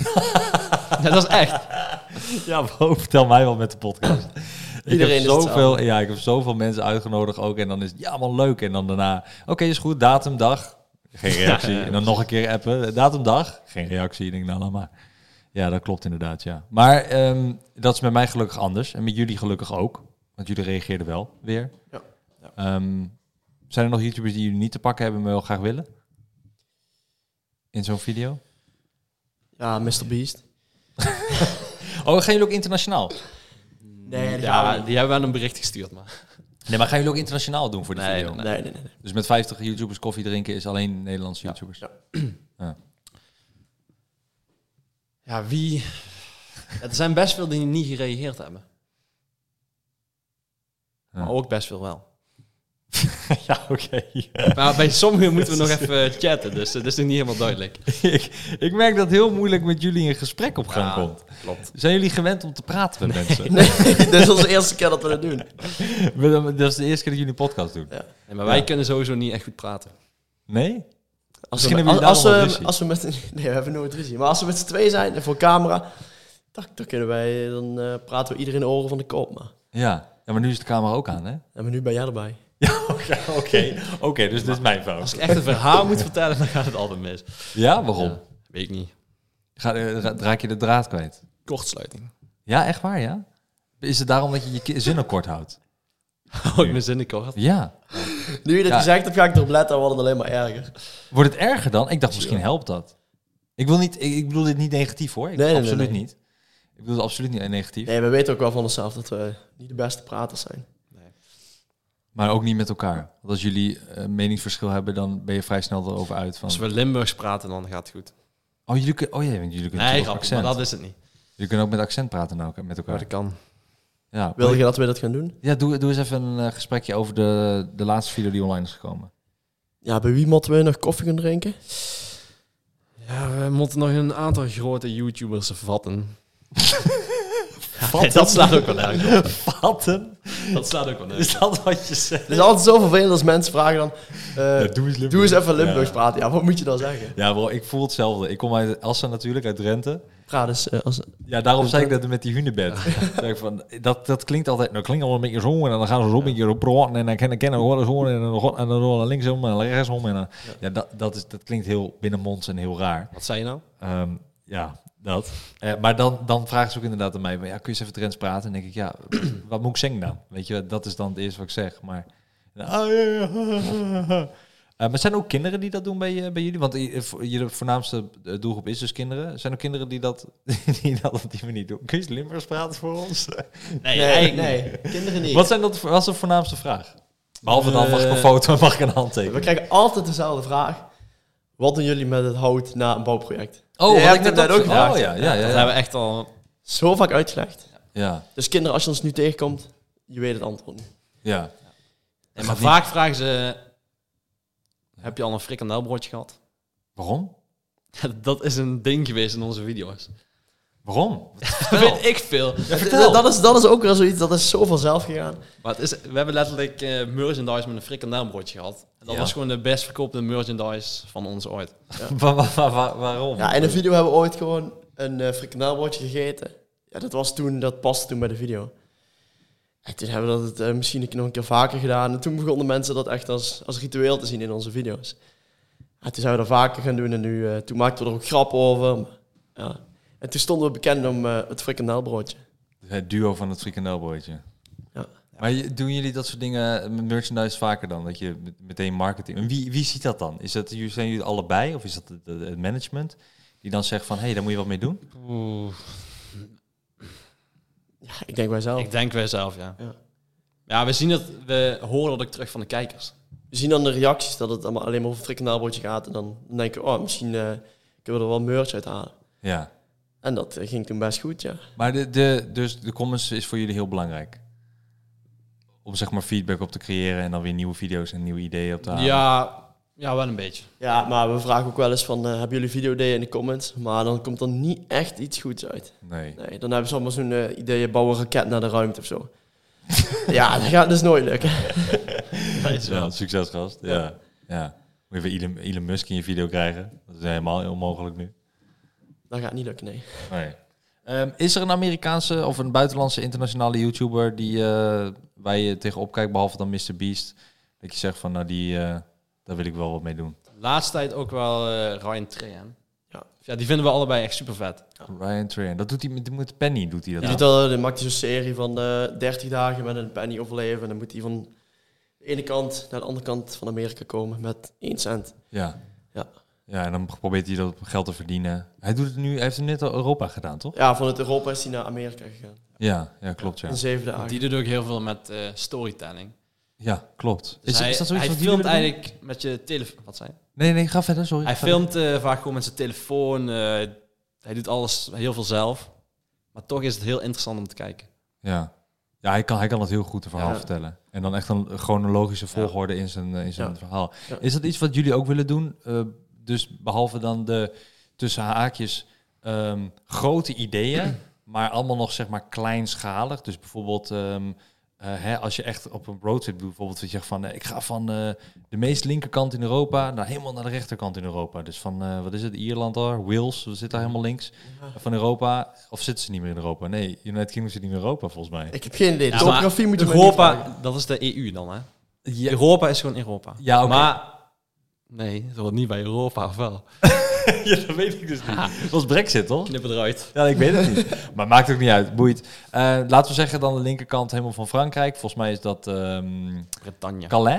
Ja, dat is echt. Ja, bro, vertel mij wel met de podcast. Iedereen ik is heb zoveel, hetzelfde. ja, ik heb zoveel mensen uitgenodigd ook. En dan is het, ja man, leuk. En dan daarna, oké, is goed, datum, dag. Geen reactie. En dan nog een keer appen. Datum, dag. Geen reactie. Ik denk, nou, laat maar. Ja, dat klopt inderdaad, ja. Maar um, dat is met mij gelukkig anders. En met jullie gelukkig ook. Want jullie reageerden wel weer. Ja. Ja. Um, zijn er nog YouTubers die jullie niet te pakken hebben, maar wel graag willen? In zo'n video? Ja, mister Beast. Oh, gaan jullie ook internationaal? Nee, dat ja, gaan we die hebben wel een bericht gestuurd, maar... Nee, maar gaan jullie ook internationaal doen voor de Nee, video? nee, Nee, nee, nee. nee. Dus met vijftig YouTubers koffie drinken is alleen Nederlandse YouTubers? Ja. Ja. Ja, wie... Er zijn best veel die niet gereageerd hebben. Ja. Maar ook best veel wel. Ja, oké. Maar bij sommigen moeten we nog even chatten, dus dat is nog niet helemaal duidelijk. ik, ik merk dat het heel moeilijk met jullie een gesprek op gang Ja, komt. klopt. Zijn jullie gewend om te praten met mensen? Nee, dit is onze eerste keer dat we dat doen. Dat is de eerste keer dat jullie een podcast doen. Ja. Nee, maar wij Ja. kunnen sowieso niet echt goed praten. Nee? Als Misschien we, hebben als, jullie als, daarom we, wat ruzie. als we met... Nee, we hebben nooit ruzie. Maar als we met z'n twee zijn en voor camera... Dan, dan kunnen wij... Dan uh, praten we iedereen in de oren van de kop, maar... Ja. Ja, maar nu is de camera ook aan, hè? En maar nu ben jij erbij. Ja, oké. Oké, Oké, dus dit is mijn Als fout. ik echt een verhaal moet vertellen, dan gaat het altijd mis. Ja, waarom? Ja, weet ik niet. Ga, eh, ra- raak je de draad kwijt? Kortsluiting. Ja, echt waar, ja? Is het daarom dat je je ki- zinnen kort houdt? Hou ik mijn zinnen kort. Ja. Nu je dat Ja. gezegd hebt, ga ik erop letten, dan wordt het alleen maar erger. Wordt het erger dan? Ik dacht, misschien helpt dat. Ik, wil niet, ik, ik bedoel dit niet negatief, hoor. Ik, Nee, nee, absoluut nee, nee. niet. Ik bedoel het absoluut niet negatief. Nee, we weten ook wel van onszelf dat we niet de beste praters zijn. Maar ook niet met elkaar. Want als jullie een meningsverschil hebben, dan ben je vrij snel erover uit. Van... Als we Limburgs praten, dan gaat het goed. Oh, jullie, kun- oh ja, want jullie kunnen Nee, natuurlijk ook grap, accent. maar dat is het niet. Jullie kunnen ook met accent praten nou, met Maar elkaar. dat kan. Ja, Wil je dat we dat gaan doen? ja doe, doe eens even een uh, gesprekje over de, de laatste video die online is gekomen. Ja, bij wie moeten we nog koffie gaan drinken? Ja, we moeten nog een aantal grote YouTubers vatten. Vatten? Dat slaat ook wel erg op. Vatten? Dat slaat ook wel erg Is op. dat wat je zegt? Het is altijd zo vervelend als mensen vragen dan... eh, Ja, doe eens Limburgs. doe eens even Limburgs Ja. praten. Ja, wat moet je dan zeggen? Ja, bro, ik voel hetzelfde. Ik kom uit Assen natuurlijk, uit Drenthe. Praat eens eh, als... Ja, daarom zei ik dat met die hunebed. Zei ik van, dat, dat klinkt altijd, nou klinkt allemaal een beetje zo en dan gaan ze zo een beetje praten en dan kennen kennen we zo en dan en dan rollen linksom en dan rechtsom en dan, ja, dat, dat, is, dat klinkt heel binnenmonds en heel raar. Wat zei je nou? Um, ja, dat. Uh, maar dan, dan vragen ze ook inderdaad aan mij, ja, kun je eens even Drents praten? En dan denk ik, ja, wat moet ik zingen dan? Weet je, dat is dan het eerste wat ik zeg. Maar, ah, ja, ja, ja. Uh, maar zijn er ook kinderen die dat doen bij, uh, bij jullie? Want je, je voornaamste doelgroep is dus kinderen. Zijn er kinderen die dat, die dat op die manier doen? Kun je Limburgs praten voor ons? Nee, Nee, eigenlijk nee, niet. kinderen niet. Wat, zijn dat, wat is de voornaamste vraag? Behalve dan, mag ik een Eh, foto en mag ik een handtekening? We krijgen altijd dezelfde vraag. Wat doen jullie met het hout na een bouwproject? Oh, Je wat hebt ik het net net ook ook gevraagd. Oh ja, ja, ja. Dat ja. hebben we echt al... Zo vaak uitgelegd. ja, Dus kinderen, als je ons nu tegenkomt, je weet het antwoord niet. ja. Nee, maar vaak vragen ze... Heb je al een frikandelbroodje gehad? Waarom? Dat is een ding geweest in onze video's. Waarom? Dat weet ik veel. vertel. Dat is, dat is ook wel zoiets, dat is zo vanzelf gegaan. Maar het is, we hebben letterlijk eh, merchandise met een frikandelbroodje gehad. En dat Ja. was gewoon de best verkopende merchandise van ons ooit. Wa- wa- wa- wa- waarom? Ja, in een video hebben we ooit gewoon een uh, frikandelbroodje gegeten. Ja, dat was toen, dat paste toen bij de video. En toen hebben we dat uh, misschien nog een keer vaker gedaan. En toen begonnen mensen dat echt als, als ritueel te zien in onze video's. Ja, toen zijn we dat vaker gaan doen en nu, uh, toen maakten we er ook grappen over. Maar, ja. En toen stonden we bekend om uh, het frikandelbroodje. Het duo van het frikandelbroodje. Ja. Maar je- doen jullie dat soort dingen met merchandise vaker dan? Dat je met- meteen marketing... En wie, wie ziet dat dan? Is dat, zijn jullie allebei? Of is dat het, het management? Die dan zegt van, hé, hey, daar moet je wat mee doen? Oeh. Ja, ik denk wij zelf. Ik denk wij zelf, ja. Ja. Ja, we zien het, we horen dat ook terug van de kijkers. We zien dan de reacties dat het allemaal alleen maar over het frikandelbroodje gaat. En dan denken we, oh, misschien uh, kunnen we er wel merch uit halen. Ja. En dat uh, ging toen best goed, ja. Maar de, de, dus de comments is voor jullie heel belangrijk? Om zeg maar feedback op te creëren en dan weer nieuwe video's en nieuwe ideeën op te halen? Ja, ja, wel een beetje. Ja, maar we vragen ook wel eens van, uh, hebben jullie video-ideeën in de comments? Maar dan komt er niet echt iets goeds uit. Nee. Nee, dan hebben ze allemaal zo'n uh, idee, bouwen een raket naar de ruimte of zo. Ja, dat gaat dus nooit lukken. Dat is wel. Ja, succesgast. Ja. Ja. ja. Moet je weer Elon, Elon Musk in je video krijgen? Dat is helemaal onmogelijk nu. Dat gaat niet lukken, nee. Nee. Um, is er een Amerikaanse of een buitenlandse internationale YouTuber die uh, waar je tegenop kijkt, behalve dan mister Beast? Dat je zegt van, nou die, uh, daar wil ik wel wat mee doen. Laatste tijd ook wel uh, Ryan Trahan. Ja. Ja, die vinden we allebei echt super vet. Ryan Trahan. Dat doet hij met, met Penny, doet hij dat. Die Ja. doet al, dan maakt hij zo'n serie van uh, dertig dagen met een penny overleven. En dan moet hij van de ene kant naar de andere kant van Amerika komen met één cent. Ja. Ja. Ja, en dan probeert hij dat geld te verdienen. Hij doet het nu, hij heeft het net al Europa gedaan, toch? Ja, vanuit Europa is hij naar Amerika gegaan. Ja, ja klopt, ja. In zeven dagen. Die doet ook heel veel met uh, storytelling. Ja, klopt. Dus is, hij, is dat zoiets hij wat jullie filmt willen doen? eigenlijk met je telefoon. Wat zei je? Nee, nee, ga verder, sorry. Hij Ga filmt uh, vaak gewoon met zijn telefoon. Uh, hij doet alles heel veel zelf. Maar toch is het heel interessant om te kijken. Ja, ja hij, kan, hij kan het heel goed een verhaal Ja. vertellen. En dan echt een chronologische volgorde in zijn, in zijn Ja. verhaal. Ja. Is dat iets wat jullie ook willen doen? Uh, dus behalve dan de tussen haakjes um, grote ideeën, maar allemaal nog zeg maar kleinschalig. Dus bijvoorbeeld um, uh, hè, als je echt op een roadtrip doet, bijvoorbeeld dat je zegt van uh, ik ga van uh, de meest linkerkant in Europa naar helemaal naar de rechterkant in Europa. Dus van uh, wat is het, Ierland al, Wales, we zitten daar helemaal links Ja. van Europa. Of zitten ze niet meer in Europa? Nee, United Kingdom zit niet meer in Europa volgens mij. Ik heb geen idee. Ja, Topografie moet je mij niet vragen. Europa, dat is de E U dan, hè? Ja, Europa is gewoon Europa. ja oké. Maar nee, dat hoort niet bij Europa, of wel? Ja, dat weet ik dus niet. Dat was Brexit, toch? Knip het eruit. Ja, ik weet het niet. Maar maakt ook niet uit. Boeit. Uh, laten we zeggen dan de linkerkant helemaal van Frankrijk. Volgens mij is dat um, Bretagne. Calais.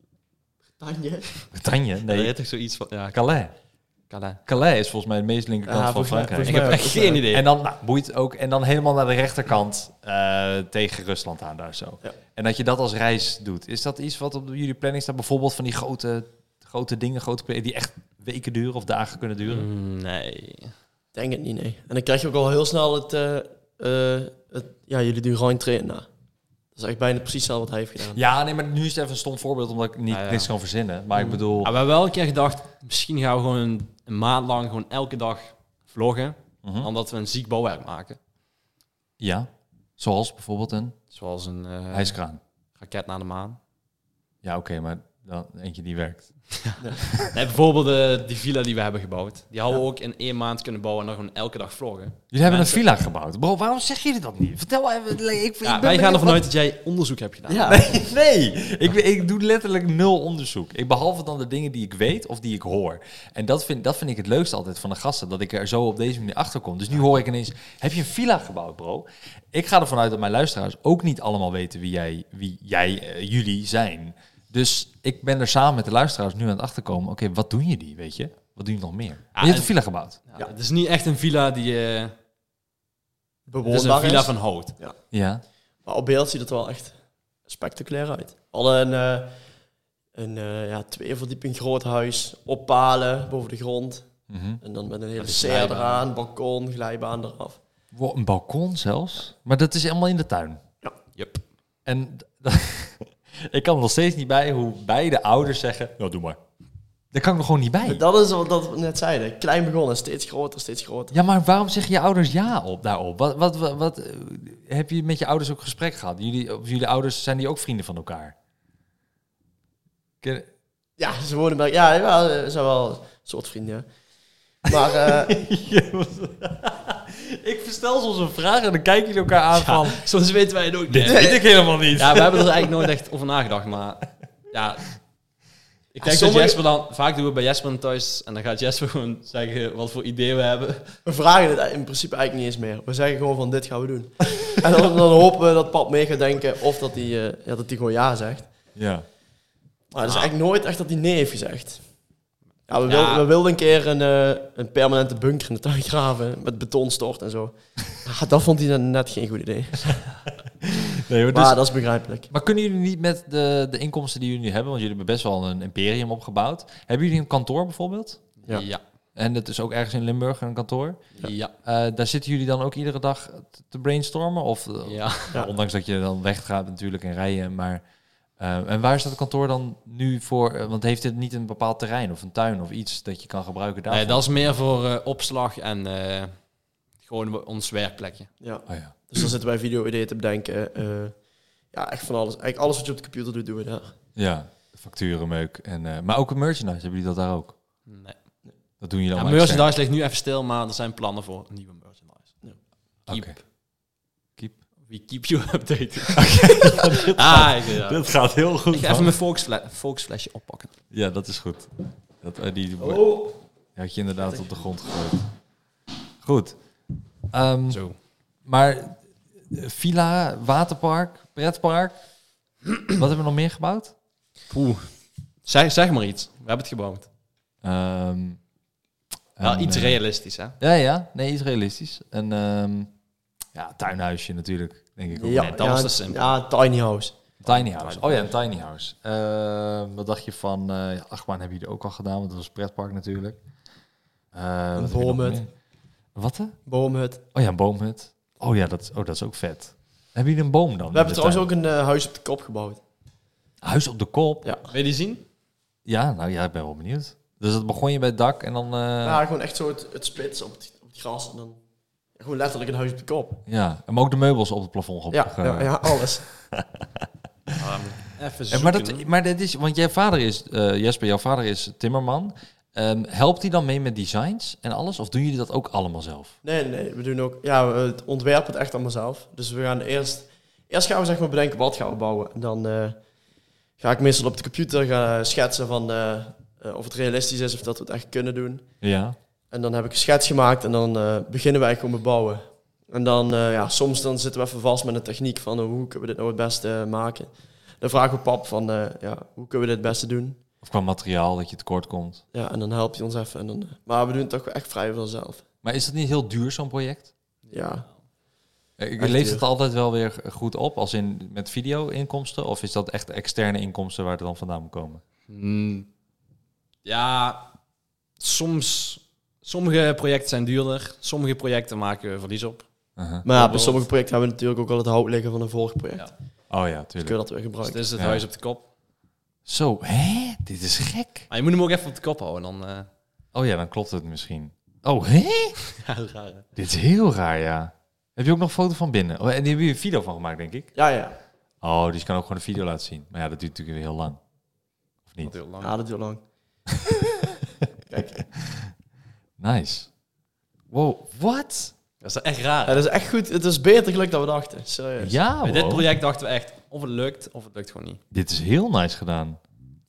Tanje. Bretagne? Nee. Nee, Je toch zoiets van... Ja, Calais. Calais. Calais is volgens mij de meest linkerkant Ja, van volgens mij- Frankrijk. Ik volgens heb mij- echt geen idee. En dan, nou, boeit ook. En dan helemaal naar de rechterkant uh, tegen Rusland aan daar zo. Ja. En dat je dat als reis doet. Is dat iets wat op jullie planning staat? Bijvoorbeeld van die grote, grote dingen, grote projecten die echt weken duren of dagen kunnen duren? Mm, nee. Denk het niet, nee. En dan krijg je ook al heel snel het... Uh, uh, het ja, jullie doen Ryan Trahan na. Dat is echt bijna precies hetzelfde wat hij heeft gedaan. Ja, nee, maar nu is het even een stom voorbeeld omdat ik niet Ja, ja. niks kan verzinnen. Maar ik Mm. bedoel... Maar we hebben wel een keer gedacht, misschien gaan we gewoon een, een maand lang gewoon elke dag vloggen. Mhm. Omdat we een ziek bouwwerk maken. Ja, zoals bijvoorbeeld een Zoals een uh, hijskraan. raket naar de maan. Ja, oké, okay, maar dan eentje die werkt. Nee, bijvoorbeeld uh, die villa die we hebben gebouwd. Die hadden we ook in één maand kunnen bouwen en dan gewoon elke dag vloggen. Jullie hebben Mensen- een villa gebouwd. Bro, waarom zeg je dat niet? Vertel even. Ik, ik Ja, ben wij gaan benieuwd ervan wat- uit dat jij onderzoek hebt gedaan. Ja. Nee, nee. Ik, ik doe letterlijk nul onderzoek. Ik, behalve dan de dingen die ik weet of die ik hoor. En dat vind, dat vind ik het leukste altijd van de gasten. Dat ik er zo op deze manier achter kom. Dus nu hoor ik ineens, heb je een villa gebouwd, bro? Ik ga ervan uit dat mijn luisteraars ook niet allemaal weten wie jij, wie jij uh, jullie zijn. Dus ik ben er samen met de luisteraars nu aan het achterkomen. Oké, okay, wat doen jullie, weet je? Wat doen jullie nog meer? je hebt een villa gebouwd. Ja, Het is niet echt een villa die... Uh, het is een Bewoonbaar villa is. van hout. Ja. Maar op beeld ziet het er wel echt spectaculair uit. We hadden een, uh, een uh, ja, twee verdieping groot huis, op palen boven de grond. Mm-hmm. En dan met een hele Met serre glijbaan. eraan, balkon, glijbaan eraf. Wow, een balkon zelfs? Maar dat is helemaal in de tuin? Ja. Yep. En ik kan er nog steeds niet bij hoe beide ouders zeggen, nou doe maar. Daar kan ik nog gewoon niet bij. Dat is wat dat we net zeiden. Klein begonnen, steeds groter, steeds groter. Ja, maar waarom zeggen je ouders ja op daarop? Wat, wat, wat, wat eh, heb je met je ouders ook gesprek gehad? Jullie, of jullie ouders, zijn die ook vrienden van elkaar? Ken- Ja, ze wonen bij... Ja, ja, ze zijn wel een soort vrienden, ja. Maar uh, ik verstel soms een vraag en dan kijk je elkaar aan van... Soms weten wij het ook Dit niet. weet ik helemaal niet. Ja, we hebben er eigenlijk nooit echt over nagedacht, maar... Ja, ik denk sommige- dat Jesper dan... Vaak doen we bij Jesper thuis en dan gaat Jesper gewoon zeggen wat voor ideeën we hebben. we vragen het in principe eigenlijk niet eens meer. We zeggen gewoon van, dit gaan we doen. En dan, dan hopen we dat pap mee gaat denken of dat hij uh, ja, dat hij gewoon ja zegt. Ja. Maar het is eigenlijk nooit echt dat hij nee heeft gezegd. Ja, we, Ja. Wilden, we wilden een keer een, uh, een permanente bunker in de tuin graven met betonstort en zo. Ja, dat vond hij dan net geen goed idee. Nee, maar, Maar dus, dat is begrijpelijk. maar kunnen jullie niet met de, de inkomsten die jullie nu hebben, want jullie hebben best wel een imperium opgebouwd. Hebben jullie een kantoor bijvoorbeeld? Ja. Ja. Ja. En dat is ook ergens in Limburg een kantoor. Ja. Uh, daar zitten jullie dan ook iedere dag te brainstormen? Of, uh, Ja. Ja. Ondanks dat je dan weggaat natuurlijk en rijden. Maar, uh, en waar is dat kantoor dan nu voor? Uh, want heeft het niet een bepaald terrein of een tuin of iets dat je kan gebruiken daarvoor? Nee, dat is meer voor uh, opslag en uh, gewoon ons werkplekje. Ja. Oh, ja. Dus dan zitten wij video-ideeën te bedenken. Uh, ja, echt van alles. Eigenlijk alles wat je op de computer doet, doen we daar. Ja, facturen, meuk. En, uh, maar ook een merchandise, hebben jullie dat daar ook? Nee. Dat doen jullie Ja, dan merchandise ligt nu even stil, maar er zijn plannen voor een nieuwe merchandise. Ja. Keep. Oké. Keep. We keep you updated. dit, ah, ik, ja. dit gaat heel goed. ik ga even mijn volksfle- volksflesje oppakken. Ja, dat is goed. Dat, uh, die Oh. die had je inderdaad op de grond gegooid. Goed. Um, Zo. maar uh, villa, waterpark, pretpark. Wat hebben we nog meer gebouwd? Poeh. Zeg, zeg maar iets. We hebben het gebouwd. Um, Wel en, iets uh, realistisch, hè? Ja, ja. Nee, iets realistisch. En um, ja, tuinhuisje natuurlijk, denk ik ook. Ja, Nee, dat ja, was te simpel. Ja, tiny house. Tiny house. Oh ja, een tiny house. Uh, wat dacht je van... Uh, ja, achtbaan heb je er ook al gedaan, want dat was pretpark natuurlijk. Uh, Een wat heb je nog boomhut. meer? Wat hè? Boomhut. Oh ja, een boomhut. Oh ja, dat, oh, dat is ook vet. Hebben jullie een boom dan? We hebben trouwens ook een uh, huis op de kop gebouwd. Huis op de kop? Ja. Wil je die zien? Ja, nou ja, ik ben wel benieuwd. Dus dat begon je bij het dak en dan... Uh... Ja, gewoon echt zo het, het splitsen op het, op het gras. En dan ja, gewoon letterlijk een huis op de kop. Ja, en maar ook de meubels op het plafond op. Ja, ja, ja, alles. Ah, even En zoeken. maar, dat, maar dat is... Want jouw vader is... Uh, Jesper, jouw vader is timmerman. Um, helpt hij dan mee met designs en alles? Of doen jullie dat ook allemaal zelf? Nee, nee, we doen ook... Ja, we het ontwerpen het echt allemaal zelf. Dus we gaan eerst... Eerst gaan we zeg maar bedenken wat gaan we bouwen. En dan uh, ga ik meestal op de computer gaan schetsen van... Uh, uh, of het realistisch is of dat we het echt kunnen doen. Ja. En dan heb ik een schets gemaakt en dan uh, beginnen wij gewoon met bouwen. En dan, uh, ja, soms dan zitten we even vast met een techniek van uh, hoe kunnen we dit nou het beste uh, maken. Dan vragen we pap van, uh, ja, hoe kunnen we dit het beste doen? Of qua materiaal dat je tekort komt. Ja, en dan helpt hij ons even. En dan, uh, maar we doen het toch echt vrij veel zelf. Maar is dat niet heel duur, zo'n project? Ja. Ik Echt leeft duur. het altijd wel weer goed op, als in met video-inkomsten? Of is dat echt externe inkomsten waar het dan vandaan moet komen? Hmm. Ja, soms... Sommige projecten zijn duurder. Sommige projecten maken we verlies op. Uh-huh. Maar ja, bij sommige projecten hebben we natuurlijk ook al het hout liggen van een vorig project. Ja. Oh ja, Dus tuurlijk. kun je dat weer Dus gebruiken. dit is het Ja. huis op de kop. Zo, hè? Dit is gek. Maar je moet hem ook even op de kop houden. Dan, uh... Oh ja, dan klopt het misschien. Oh, hè? ja, dat is raar, hè? Dit is heel raar, ja. Heb je ook nog een foto van binnen? Oh, en die heb je een video van gemaakt, denk ik? Ja, ja. Oh, dus je kan ook gewoon een video laten zien. Maar ja, dat duurt natuurlijk weer heel lang. Of niet? Dat heel lang. Ja, dat duurt lang. Kijk. Nice. Wow, wat? Dat is echt raar. Ja, dat is echt goed. Het is beter gelukt dan we dachten. Serieus. Ja, Bij dit wow. project dachten we echt of het lukt of het lukt gewoon niet. Dit is heel nice gedaan.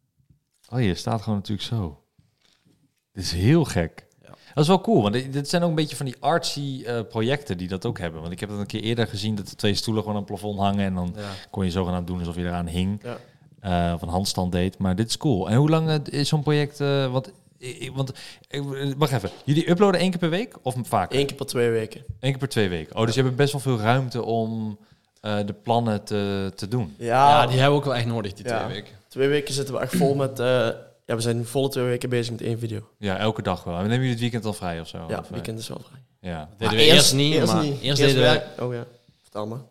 Oh, je staat gewoon natuurlijk zo. Dit is heel gek. Ja. Dat is wel cool, want dit dit zijn ook een beetje van die artsy uh, projecten die dat ook hebben. Want ik heb dat een keer eerder gezien, dat er twee stoelen gewoon aan het plafond hangen en dan Ja. kon je zogenaamd doen alsof je eraan hing. Ja. Uh, of een handstand deed. Maar dit is cool. En hoe lang uh, is zo'n project... Uh, want, ik, want ik, wacht even. Jullie uploaden één keer per week of vaak? Eén keer per twee weken. Eén keer per twee weken. Oh, dus je hebt best wel veel ruimte om uh, de plannen te, te doen. Ja, Ja, die hebben we ook wel echt nodig, die Ja. twee weken. twee weken zitten we echt vol met... Uh, ja, we zijn volle twee weken bezig met één video. Ja, elke dag wel. En nemen jullie het weekend dan vrij of zo? Ja, Of, uh, weekend is wel vrij. Ja. Dat deden we eerst, niet, maar eerst, deden we... werk- Oh ja, vertel maar.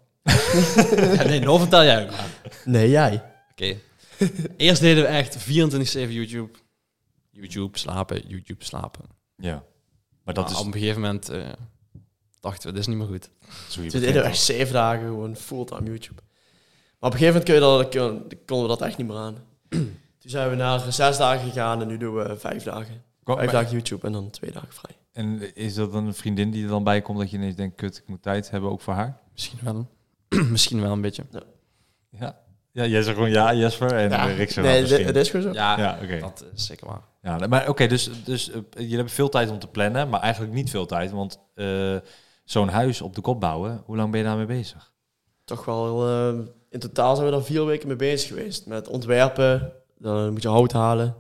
Ja, nee, nou vertel jij ook maar. Nee, jij. Oké. Eerst deden we echt vierentwintig zeven YouTube. YouTube, slapen, YouTube, slapen. Ja. Maar dat Maar is... op een gegeven moment uh, dachten we, dit is niet meer goed. Zo je Toen begint deden we al. echt zeven dagen gewoon fulltime YouTube. Maar op een gegeven moment kun je dat, kun- konden we dat echt niet meer aan. Toen zijn we naar zes dagen gegaan en nu doen we vijf dagen. Kom, Vijf maar- dagen YouTube en dan twee dagen vrij. En is dat dan een vriendin die er dan bij komt dat je ineens denkt, kut, ik moet tijd hebben ook voor haar? Misschien wel. Misschien wel een beetje. Ja. Ja, jij zegt gewoon ja, Jesper. En Ja, ja, Rick zegt nee, nou, misschien. het is gewoon zo. Ja, Ja, oké. dat is zeker waar. Ja, maar oké, dus, dus uh, jullie hebben veel tijd om te plannen, maar eigenlijk niet veel tijd, want uh, zo'n huis op de kop bouwen, hoe lang ben je daarmee bezig? Toch wel, uh, in totaal zijn we daar vier weken mee bezig geweest. Met ontwerpen, dan moet je hout halen.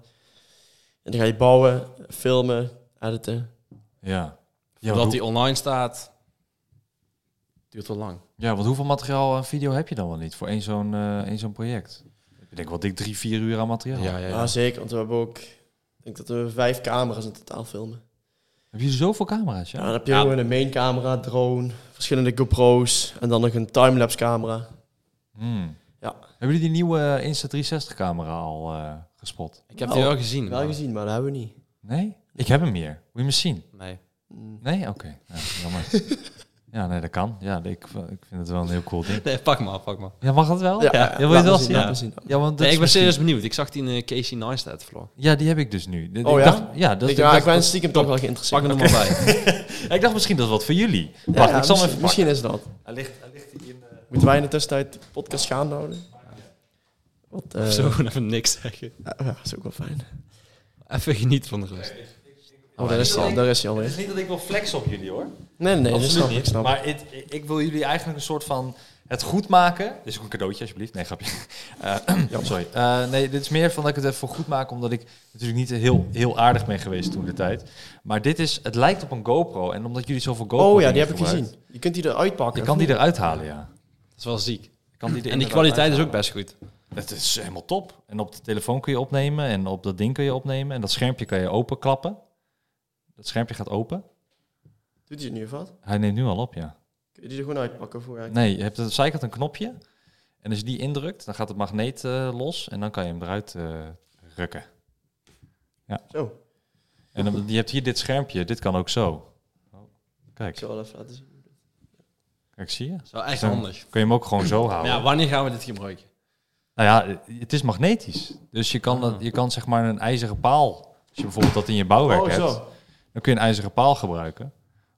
En dan ga je bouwen, filmen, editen. Ja. Ja, Voordat want, die hoe- online staat, duurt wel lang. ja, want hoeveel materiaal en video heb je dan wel niet voor één zo'n uh, één zo'n project? Ik denk wel dik drie, vier uur aan materiaal. Ja, ja, Ja, ja. zeker, want we hebben ook... Ik denk dat we vijf camera's in totaal filmen. Heb je zoveel camera's? Ja, Ja. dan heb je Ja. gewoon een main camera, drone, verschillende GoPro's en dan nog een timelapse camera. Hmm. Ja. Hebben jullie die nieuwe Insta driehonderdzestig camera al uh, gespot? Ik heb Wel- die wel gezien. Wel maar- gezien, maar dat hebben we niet. Nee? Ik heb hem hier. Wil je hem eens zien? Nee. Mm. Nee? Oké. Okay. Ja, jammer. Ja, nee, dat kan. Ja, ik, ik vind het wel een heel cool ding. Nee, pak maar, pak maar. Ja, mag dat wel? Ja, ja, wil je laat het wel me zien? laat Ja. me zien. Ja, want dat Nee, is ik ben misschien- serieus benieuwd. Ik zag die in uh, Casey Neistat vlog. Ja, die heb ik dus nu. De- Oh ik ja? Dacht, ja, dat, Ik, ik, ja, dacht, ik ben stiekem toch wel geïnteresseerd. Pak er nog maar bij. ik dacht misschien dat is wat voor jullie. Ja, Wacht, ja, ik zal hem misschien, even misschien is dat. pakken. Hij ligt, hij ligt hier in... Uh... Moeten wij in de tussentijd de podcast gaan houden? Wat, eh, Of zo, gewoon even niks zeggen. Ja, ja, dat is ook wel fijn. Even genieten van de rust. Oh, daar is hij al, daar is hij Het alweer. is niet dat ik wil flexen op jullie hoor. Nee, nee, dat Absoluut snap ik. niet. Snap. Maar het, ik wil jullie eigenlijk een soort van het goed maken. Dit is ook een cadeautje alsjeblieft. Nee, grapje. Uh, sorry. Uh, nee, dit is meer van dat ik het even voor goed maak, omdat ik natuurlijk niet heel, heel aardig ben geweest toen de tijd. Maar dit is, het lijkt op een GoPro. En omdat jullie zoveel GoPro Oh ja, die heb ik gebruikt, gezien. Je kunt die eruit pakken. Je kan die eruit halen, ja. Dat is wel ziek. Je kan die er En die inderdaad kwaliteit is ook uithalen. best goed. Het is helemaal top. En op de telefoon kun je opnemen en op dat ding kun je opnemen. En dat schermpje kan je openklappen. Dat schermpje gaat open. Doet hij het nu of wat? Hij neemt nu al op, ja. Kun je die er gewoon uitpakken voor eigenlijk? Nee, je hebt aan de zijkant een knopje. En als je die indrukt, dan gaat het magneet uh, los. En dan kan je hem eruit uh, rukken. Ja. Zo, En dan, je hebt hier dit schermpje. Dit kan ook zo. Oh, ik kijk, zal wel even laten zien. kijk, zie je? Dat is wel echt Dan handig. kun je hem ook gewoon zo houden. Ja, wanneer gaan we dit gebruiken? Nou ja, het is magnetisch. Dus je kan, dat, je kan zeg maar een ijzeren paal... Als je bijvoorbeeld dat in je bouwwerk Oh, hebt... zo. Dan kun je een ijzeren paal gebruiken.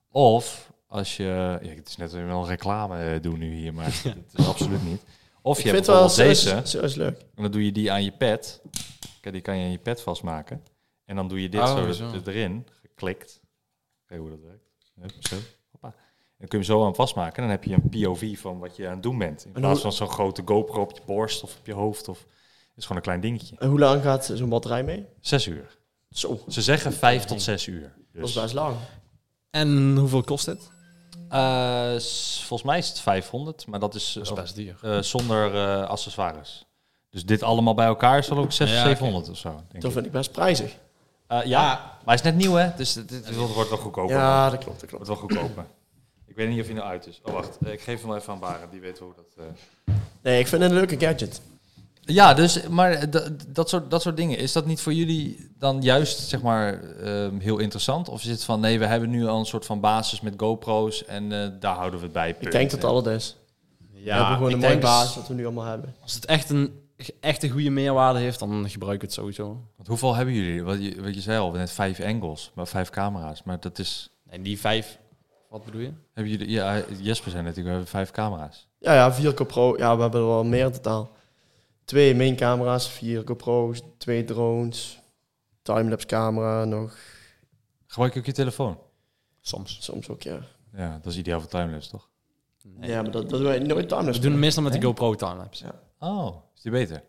Of als je... Ja, het is net wel een reclame uh, doen nu hier, maar het is absoluut niet. Of Ik je hebt vind het wel bijvoorbeeld zo, deze... zo is leuk. En dan doe je die aan je pad. Kijk, die kan je aan je pad vastmaken. En dan doe je dit Oh, zo, zo. er- erin, geklikt. Kijk hoe dat werkt. Hup, zo. Hoppa. En dan kun je hem zo aan vastmaken. En dan heb je een P O V van wat je aan het doen bent. In En plaats hoe- van zo'n grote GoPro op je borst of op je hoofd. Of, het is gewoon een klein dingetje. En hoe lang gaat zo'n batterij mee? Zes uur. Zo, Ze zeggen vijf tot zes uur. dat is Dus, best lang. En hoeveel kost dit? eh, s- volgens mij is het vijfhonderd. Maar dat is, Dat is eh, best duur. eh, zonder eh, accessoires. Dus dit allemaal bij elkaar is dan ook zeshonderd, Ja, oké. zevenhonderd of zo. Denk Dat ik. vind ik best prijzig. Uh, ja, maar hij is net nieuw, hè? Dus het, het wordt wel goedkoper. Ja, dat klopt, dat Het klopt. wordt wel goedkoper. Ik weet niet of hij nou uit is. Oh, wacht. Eh, Ik geef hem wel even aan Baren. Die weet hoe dat... eh. Nee, ik vind het een leuke gadget. Ja, dus, maar d- dat, soort, dat soort dingen. Is dat niet voor jullie dan juist, zeg maar, ehm, heel interessant? Of is het van, nee, we hebben nu al een soort van basis met GoPro's en eh, daar houden we het bij. Ik punt. denk dat al het is. we hebben gewoon ik een mooie denk basis wat we nu allemaal hebben. Als het echt een, echt een goede meerwaarde heeft, dan gebruik ik het sowieso. Want hoeveel hebben jullie? Wat je, wat je zei al, net vijf angles, maar vijf camera's. Maar dat is... En die vijf, wat bedoel je? Hebben jullie... Ja, Jesper zei natuurlijk, we hebben vijf camera's. Ja, ja, vier GoPro. Ja, we hebben er wel meer in totaal. Twee main camera's, vier GoPro's, twee drones, timelapse camera nog. Gebruik je ook je telefoon? Soms. Soms ook, ja. Ja, dat is ideaal voor timelapse, toch? Nee. Ja, maar dat, dat doen wij nooit timelapse. We doen het meestal met de Nee? GoPro timelapse. Ja. Oh, is die beter?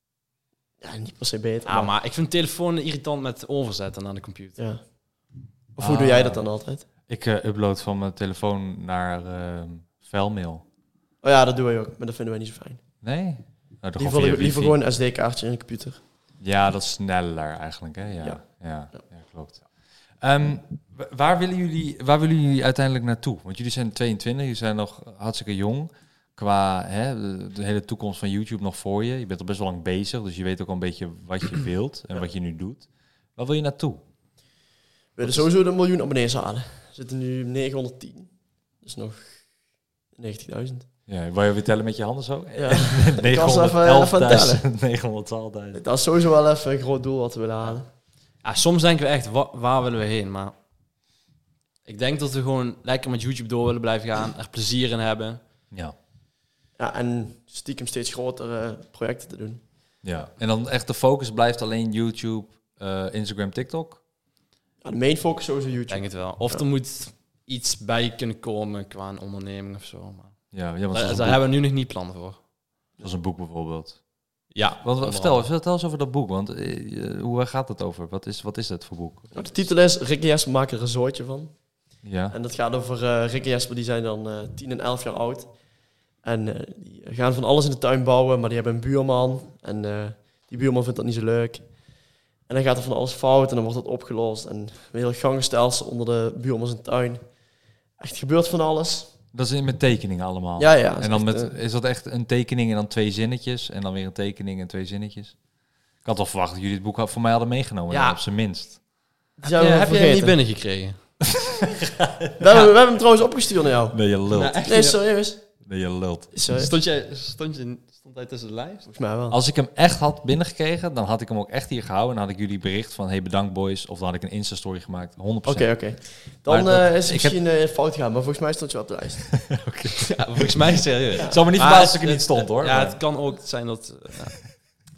Ja, niet per se beter. Ja, maar, maar ik vind telefoon irritant met overzetten naar de computer. ja. Of hoe Ah. doe jij dat dan altijd? Ik eh, upload van mijn telefoon naar uh, vuilmail. Oh ja, dat doen wij ook, maar dat vinden wij niet zo fijn. Nee? Nou, dan gewoon Liever, via liever wifi. gewoon een S D-kaartje in de computer. Ja, dat is sneller eigenlijk, hè? Ja, ja. Ja. ja, ja klopt. Ehm, wa- waar, willen jullie, waar willen jullie uiteindelijk naartoe? Want jullie zijn tweeëntwintig, jullie zijn nog hartstikke jong. Qua hè, de, de hele toekomst van YouTube nog voor je. Je bent al best wel lang bezig, dus je weet ook al een beetje wat je wilt en wat je nu doet. Waar wil je naartoe? We willen sowieso de miljoen abonnees halen. We zitten nu op negenhonderdtien. Dus nog negentigduizend. Ja, wil je weer tellen met je handen zo? Ja. Ik was even- even aan het tellen. negenhonderdtwaalfduizend. Dat is sowieso wel even een groot doel wat we willen halen. Ja, soms denken we echt, wa- waar willen we heen? Maar ik denk dat we gewoon lekker met YouTube door willen blijven gaan. Er plezier in hebben. Ja. Ja, en stiekem steeds grotere projecten te doen. Ja, en dan echt de focus blijft alleen YouTube, eh, Instagram, TikTok? Ja, de main focus sowieso Ik YouTube. denk het wel. Of Ja. er moet iets bij kunnen komen qua een onderneming of zo. Maar Ja, ja want daar, zoals daar een, hebben we nu nog niet plannen voor. boek, zoals een boek bijvoorbeeld. Ja, Want, wat- vertel, vertel eens over dat boek, want eh, eh, hoe gaat het over? Wat is, wat is dat voor boek? Nou, de titel is Rick en Jesper maken er een zootje van. Ja, En dat gaat over eh Rick en Jesper, die zijn dan eh tien en elf jaar oud. En eh, die gaan van alles in de tuin bouwen, maar die hebben een buurman. En eh, die buurman vindt dat niet zo leuk. En dan gaat er van alles fout en dan wordt dat opgelost. En een heel gangenstelsel onder de buurman zijn tuin. Echt gebeurt van alles. dat is in- met tekeningen allemaal. Ja, ja. En dan is echt, met, eh, is dat echt een tekening en dan twee zinnetjes en dan weer een tekening en twee zinnetjes? Ik had al verwacht dat jullie het boek voor mij hadden meegenomen, Ja. ja. op zijn minst. die zijn we heb je hem vergeten. niet binnengekregen? We hebben, we hebben hem trouwens opgestuurd naar jou. Nee, je lult. Nou, echt Nee, niet. serieus. Nee, je lult. Serieus. Stond, jij, stond, je, stond hij tussen de lijst? Volgens mij wel. Als ik hem echt had binnengekregen, dan had ik hem ook echt hier gehouden. En dan had ik jullie bericht van, hey bedankt boys. Of dan had ik een Insta-story gemaakt, honderd Oké, procent. oké. Dan Maar dat- eh, is het ik heb- misschien eh, fout gegaan, maar volgens mij stond je wel op de lijst. Ja, volgens mij serieus. Het zou me niet Maar verbazen als ik er het- niet stond, hoor. Ja, Maar- het kan ook zijn dat... eh, ja.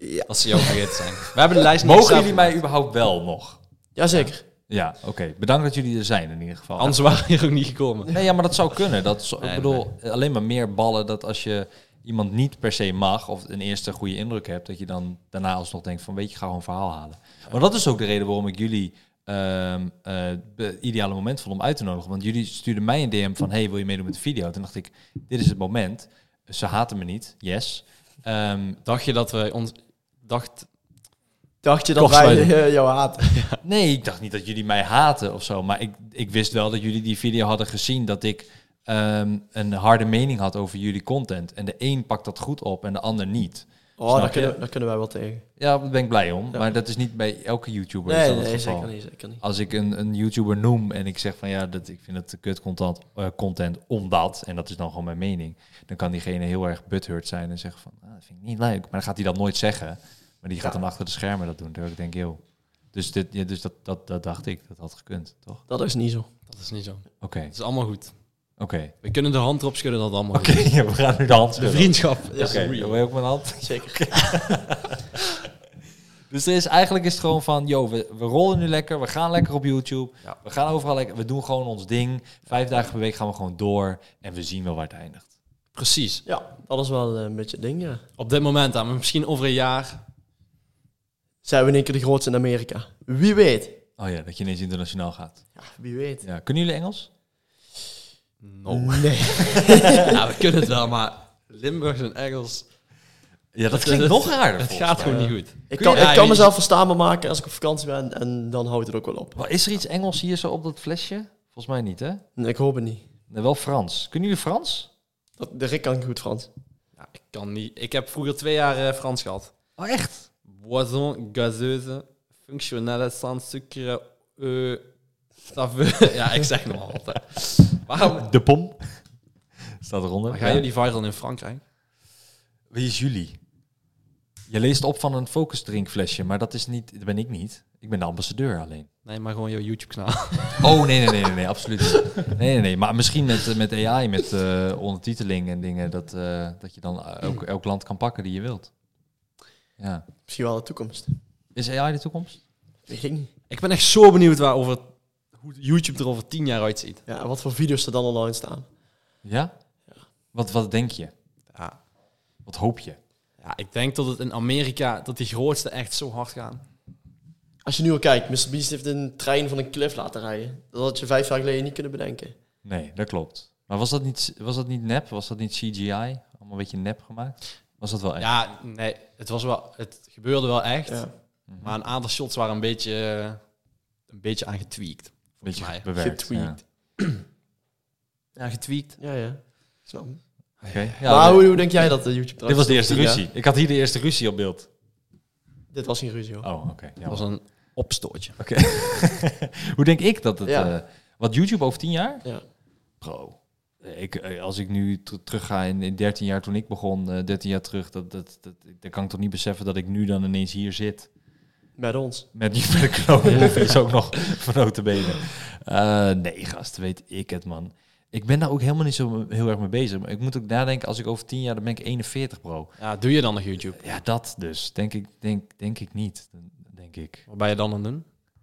Ja. Als ze jou vergeten zijn. We hebben de lijst niet Mogen zelf jullie mij gemaakt. überhaupt wel nog? Jazeker. Ja, oké. Bedankt dat jullie er zijn in ieder geval. Anders waren we hier ook niet gekomen. Nee, ja, maar dat zou kunnen. Dat is, Nee, ik bedoel, alleen maar meer ballen dat als je iemand niet per se mag of een eerste goede indruk hebt, dat je dan daarna alsnog denkt van weet je, ga gewoon een verhaal halen. Maar dat is ook de reden waarom ik jullie um, uh, het ideale moment vond om uit te nodigen. Want jullie stuurden mij een D M van hey, wil je meedoen met de video? Toen dacht ik, dit is het moment. Ze haten me niet, yes. Um, Dacht je dat we ons... Dacht... Dacht je dat Kost wij wij uh, jou haten? Nee, ik dacht niet dat jullie mij haten of zo. Maar ik, ik wist wel dat jullie die video hadden gezien. Dat ik um, een harde mening had over jullie content. En de een pakt dat goed op en de ander niet. Oh, Snap daar je? kunnen, daar kunnen wij wel tegen. Ja, daar ben ik blij om. Ja. Maar dat is niet bij elke YouTuber. is Nee, dat het nee, geval. zeker niet, zeker niet. Als ik een, een YouTuber noem en ik zeg van ja, dat, ik vind het te kut content, uh, content omdat, en dat is dan gewoon mijn mening, dan kan diegene heel erg butthurt zijn en zeggen van, ah, dat vind ik niet leuk. Maar dan gaat hij dat nooit zeggen. Maar die gaat Ja. dan achter de schermen dat doen. Terwijl ik denk, joh. Dus, dit, ja, dus dat, dat, dat dacht ik, dat had gekund, toch? Dat is niet zo. Dat is niet zo. Oké, Het is allemaal goed. oké. We kunnen de hand erop schudden dat het allemaal Oké, goed is. ja, we gaan nu de hand De schudden. vriendschap Oké, is real. wil je ook mijn hand? Zeker. Dus er is, eigenlijk is het gewoon van, yo, we, we rollen nu lekker, we gaan lekker op YouTube, Ja. we gaan overal lekker, we doen gewoon ons ding. Vijf dagen per week gaan we gewoon door en we zien wel waar het eindigt. Precies. Ja, dat is wel een beetje het ding, ja. Op dit moment dan. Maar misschien over een jaar... Zijn we in één keer de grootste in Amerika? Wie weet. Oh ja, dat je ineens internationaal gaat. Ja, wie weet. Ja, kunnen jullie Engels? No. Nee. Ja, we kunnen het wel, maar Limburgs en Engels... Ja, dat Het- klinkt het- nog raarder. Het volgens gaat mij. gewoon niet goed. Ik Kun kan, je- ja, ik kan je- mezelf verstaanbaar maken als ik op vakantie ben en dan houdt het ook wel op. Maar is er iets Engels hier zo op dat flesje? Volgens mij niet, hè? Nee, ik hoop het niet. Nee, wel Frans. Kunnen jullie Frans? Dat, de Rick kan goed Frans. Ja, ik kan niet... Ik heb vroeger twee jaar eh, Frans gehad. Oh, echt? Boisson gazeuse, functionele sans sucre, euh, saveur. Ja, ik zeg nog altijd. Waarom De pom. Staat eronder. maar gaan jullie viral in Frankrijk? Wie is jullie? Je leest op van een focusdrinkflesje, maar dat is niet, dat ben ik niet. Ik ben de ambassadeur alleen. Nee, maar gewoon jouw YouTube-kanaal. Oh, nee, nee, nee, nee, nee, absoluut niet. Nee, nee, nee, maar misschien met, eh, met A I, met eh, ondertiteling en dingen, dat, eh, dat je dan elk, elk land kan pakken die je wilt. Ja. Misschien wel de toekomst. Is A I de toekomst? Weet ik niet. Ik ben echt zo benieuwd waar over, hoe YouTube er over tien jaar uitziet. Ja, en wat voor video's er dan online staan. Ja? Wat, wat denk je? Ja. Wat hoop je? Ja, ik denk dat het in Amerika, dat die grootste echt zo hard gaan. Als je nu al kijkt, mister Beast heeft een trein van een cliff laten rijden. Dat had je vijf jaar geleden niet kunnen bedenken. Nee, dat klopt. Maar was dat niet, was dat niet nep? Was dat niet C G I? Allemaal een beetje nep gemaakt? Was dat wel echt? Ja, nee, het was wel, het gebeurde wel echt. Ja. Mhm. Maar een aantal shots waren een beetje, eh, een beetje aangetweakt. beetje mij. bewerkt. Getweakt. Ja. Ja, getweakt. Ja, ja. Ik snap het. Oké. Ja, maar de- hoe, hoe denk jij dat de YouTube... dit was de eerste Ja. ruzie. Ik had hier de eerste ruzie op beeld. Dit was geen ruzie, hoor. Oh, oké. Dat was een opstootje. Oké. Hoe denk ik dat het... Ja. eh, wat YouTube over tien jaar? Ja. Bro. Ik, eh, als ik nu ter- terug ga in, in dertien jaar toen ik begon, eh, dertien jaar terug, dat, dat, dat, dan kan ik toch niet beseffen dat ik nu dan ineens hier zit. Met ons. Met die met de knoopmovies ook nog van notabene. Uh, nee, gast, weet ik het, man. Ik ben daar ook helemaal niet zo heel erg mee bezig. Maar ik moet ook nadenken, als ik over tien jaar, dan ben ik eenenveertig, bro. Ja, doe je dan nog YouTube? Ja, dat dus. Denk ik, denk, denk ik niet. Denk ik. Wat ben je dan aan het doen?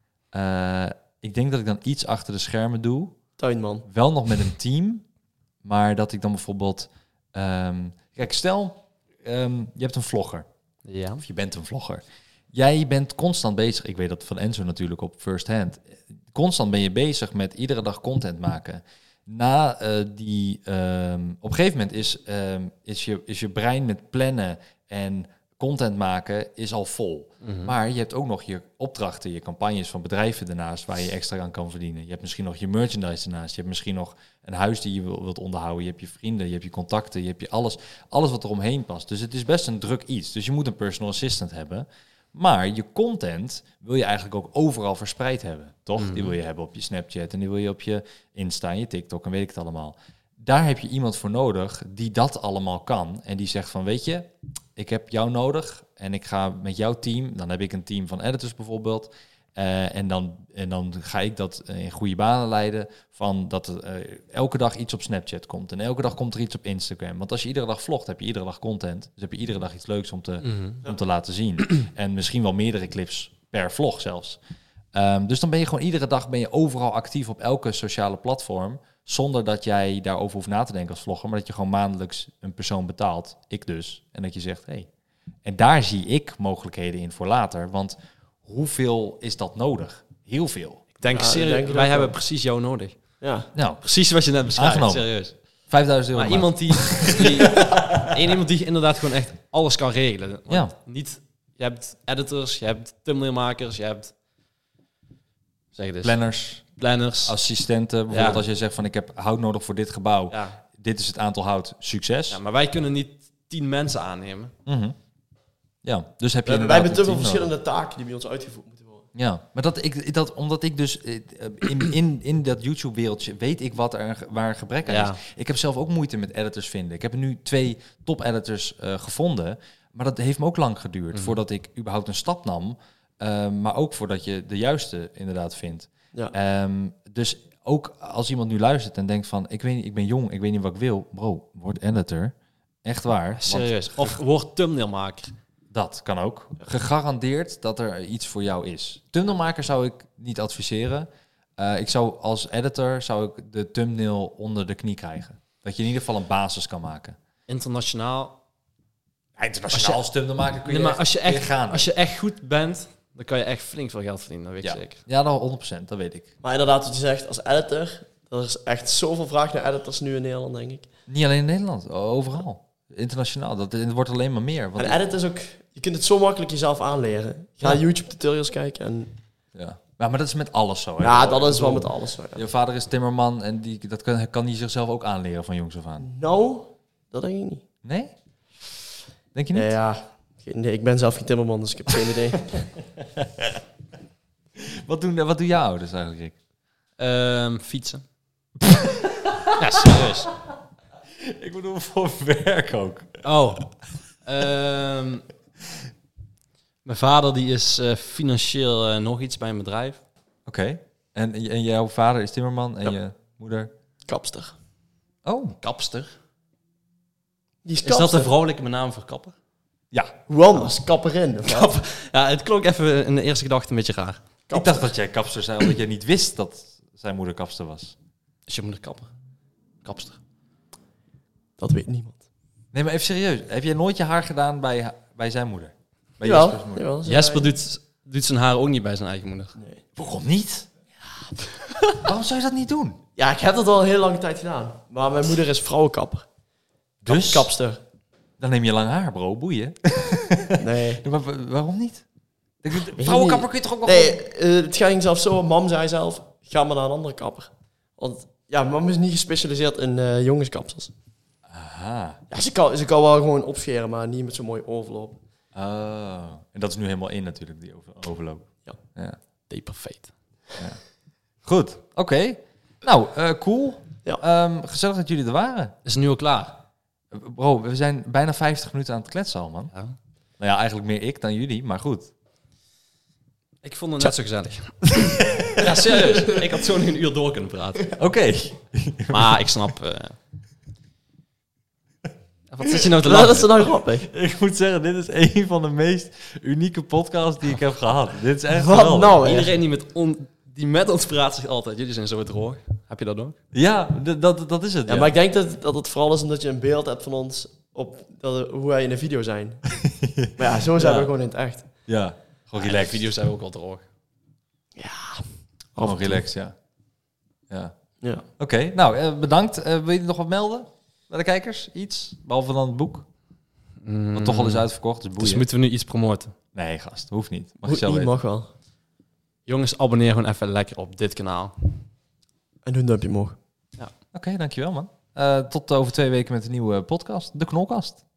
Uh, ik denk dat ik dan iets achter de schermen doe. Tuinman. Wel nog met een team. Maar dat ik dan bijvoorbeeld... Um, kijk, stel, um, je hebt een vlogger. Ja. Of je bent een vlogger. Jij bent constant bezig. Ik weet dat van Enzo natuurlijk op first hand. Constant ben je bezig met iedere dag content maken. Na uh, die... Um, op een gegeven moment is, um, is, je, is je brein met plannen en content maken is al vol. Mm-hmm. Maar je hebt ook nog je opdrachten, je campagnes van bedrijven daarnaast waar je extra aan kan verdienen. Je hebt misschien nog je merchandise daarnaast. Je hebt misschien nog een huis die je wilt onderhouden. Je hebt je vrienden, je hebt je contacten, je hebt je alles, alles wat er omheen past. Dus het is best een druk iets. Dus je moet een personal assistant hebben. Maar je content wil je eigenlijk ook overal verspreid hebben, toch? Mm-hmm. Die wil je hebben op je Snapchat en die wil je op je Insta en je TikTok en weet ik het allemaal. Daar heb je iemand voor nodig die dat allemaal kan. En die zegt van, weet je, ik heb jou nodig en ik ga met jouw team, dan heb ik een team van editors bijvoorbeeld, Uh, en, dan, en dan ga ik dat in goede banen leiden van dat er uh, elke dag iets op Snapchat komt. En elke dag komt er iets op Instagram. Want als je iedere dag vlogt, heb je iedere dag content. Dus heb je iedere dag iets leuks om te, Mm-hmm. om te laten zien. En misschien wel meerdere clips per vlog zelfs. Um, dus dan ben je gewoon iedere dag ben je overal actief op elke sociale platform. Zonder dat jij daarover hoeft na te denken als vlogger. Maar dat je gewoon maandelijks een persoon betaalt. Ik dus. En dat je zegt, hé. Hey. En daar zie ik mogelijkheden in voor later. Want hoeveel is dat nodig? Heel veel. Ik denk Ja, serieus, ik denk het wij ook hebben wel. precies jou nodig. Ja. Nou, Precies wat je net beschrijft, Aangenomen. serieus. vijfduizend euro Maar per maand. iemand die, die één iemand die inderdaad gewoon echt alles kan regelen. Want Ja. Niet, je hebt editors, je hebt thumbnailmakers, je hebt zeg het eens, Planners, planners. assistenten. Bijvoorbeeld Ja. als je zegt van ik heb hout nodig voor dit gebouw. Ja. Dit is het aantal hout. Succes. ja, maar wij kunnen niet tien mensen aannemen. Mhm. Ja, dus heb je Wij, wij inderdaad hebben een te veel team verschillende nodig. taken die bij ons uitgevoerd moeten worden. Ja, maar dat ik dat omdat ik dus eh, in, in, in dat YouTube-wereldje weet ik wat er waar een gebrek aan Ja. is. Ik heb zelf ook moeite met editors vinden. Ik heb nu twee top-editors uh, gevonden, maar dat heeft me ook lang geduurd Mhm. voordat ik überhaupt een stap nam. Uh, maar ook voordat je de juiste inderdaad vindt. Ja. Um, dus ook als iemand nu luistert en denkt van ik weet niet, ik ben jong, ik weet niet wat ik wil, bro, word editor. Echt waar. Want Serieus. Of word thumbnailmaker. dat kan ook. Gegarandeerd dat er iets voor jou is. Thumbnailmaker zou ik niet adviseren. Uh, ik zou als editor zou ik de thumbnail onder de knie krijgen. Dat je in ieder geval een basis kan maken. Internationaal. Ja, internationaal als thumbnailmaker kun je, Nee, maar echt, als je, kun je echt, gaan. als je echt goed bent, dan kan je echt flink veel geld verdienen. Dat weet ja. ik zeker. Ja, nou honderd procent, dat weet ik. Maar inderdaad, wat je zegt, als editor, er is echt zoveel vraag naar editors nu in Nederland, denk ik. Niet alleen in Nederland, overal. Internationaal, dat het wordt alleen maar meer. Want En edit is ook, je kunt het zo makkelijk jezelf aanleren. Ga Ja. YouTube tutorials kijken en... ja. Ja, maar dat is met alles zo. Hè? Ja, dat is wel Ik met bedoel, alles zo. Ja. Je vader is timmerman en die, dat kan, kan hij zichzelf ook aanleren van jongs af aan. Nou, dat denk ik niet. Nee? Denk je niet? Nee, ja. Nee, ik ben zelf geen timmerman, dus ik heb geen idee. Wat, doen, wat doen jouw ouders eigenlijk, Rick? Ehm, fietsen. Ja, serieus. Ik bedoel voor werk ook. Oh. Ehm, mijn vader die is eh, financieel eh, nog iets bij een bedrijf. Oké. Okay. En, en jouw vader is timmerman en Ja. je moeder? Kapster. Oh. Kapster. Die is Is dat kapster. de vrouwelijke naam voor kapper? Ja. Hoe anders? Kapperin. Of wat? Ja, het klonk even in de eerste gedachte een beetje raar. Ik dacht dat jij kapster zei, omdat jij niet wist dat zijn moeder kapster was. Is je moeder kapper? Kapster. Dat weet niemand. Nee, maar even serieus. Heb jij nooit je haar gedaan bij, bij zijn moeder? Bij Jawel. Jespers moeder? Jawel, zo Jesper zei- doet, doet zijn haar ook niet bij zijn eigen moeder. Nee. Waarom niet? Waarom zou je dat niet doen? Ja, ik heb dat al een hele lange tijd gedaan. Maar mijn moeder is vrouwenkapper. Kap- Dus? Kapster. Dan neem je lang haar, bro. Boeien. Nee. Maar wa- waarom niet? je Vrouwenkapper niet. kun je toch ook wel... Nee, eh, het ging zelfs zo. Mam zei zelf, ga maar naar een andere kapper. Want ja, mam is niet gespecialiseerd in eh, jongenskapsels. Aha. Ja, ze kan, ze kan wel gewoon opscheren, maar niet met zo'n mooi overloop. Oh. En dat is nu helemaal in natuurlijk, die over- overloop. Ja. Ja. Die perfect. Goed. Oké. Nou, eh, cool. Ja. Ehm, gezellig dat jullie er waren. Is het nu al klaar? Eh, Bro, we zijn bijna vijftig minuten aan het kletsen al, man. Ja. Nou ja, eigenlijk meer ik dan jullie, maar goed. Ik vond het net zo gezellig. Ja, serieus. Ik had zo nog een uur door kunnen praten. Oké. Maar ik snap... eh, Wat zit je nou te Dat lachen? is nou grappig. Ik moet zeggen, dit is een van de meest unieke podcasts die ik heb gehad. Dit is echt Wat geweldig. nou, hè? Iedereen die met, on, die met ons praat zegt altijd... Jullie zijn zo droog. Heb je dat ook? Ja, d- dat, dat is het. Ja, Ja, maar ik denk dat, dat het vooral is omdat je een beeld hebt van ons op dat, hoe wij in een video zijn. Maar ja, zo zijn Ja. we gewoon in het echt. ja. Gewoon Ja, relaxed. de video's zijn ook wel droog. Gewoon relaxed, ja. Ja. Ja. Oké, nou, eh, bedankt. Eh, wil je nog wat melden bij de kijkers? Iets? Behalve dan het boek? Wat toch al is uitverkocht, dus boeien. Dus moeten we nu iets promoten. Nee, gast, hoeft niet. Mag je Moet zelf niet, weten. mag wel. Jongens, abonneer gewoon even lekker op dit kanaal. En doe een duimpje omhoog. Oké, dankjewel man. Eh, tot over twee weken met een nieuwe podcast, De Knolkast.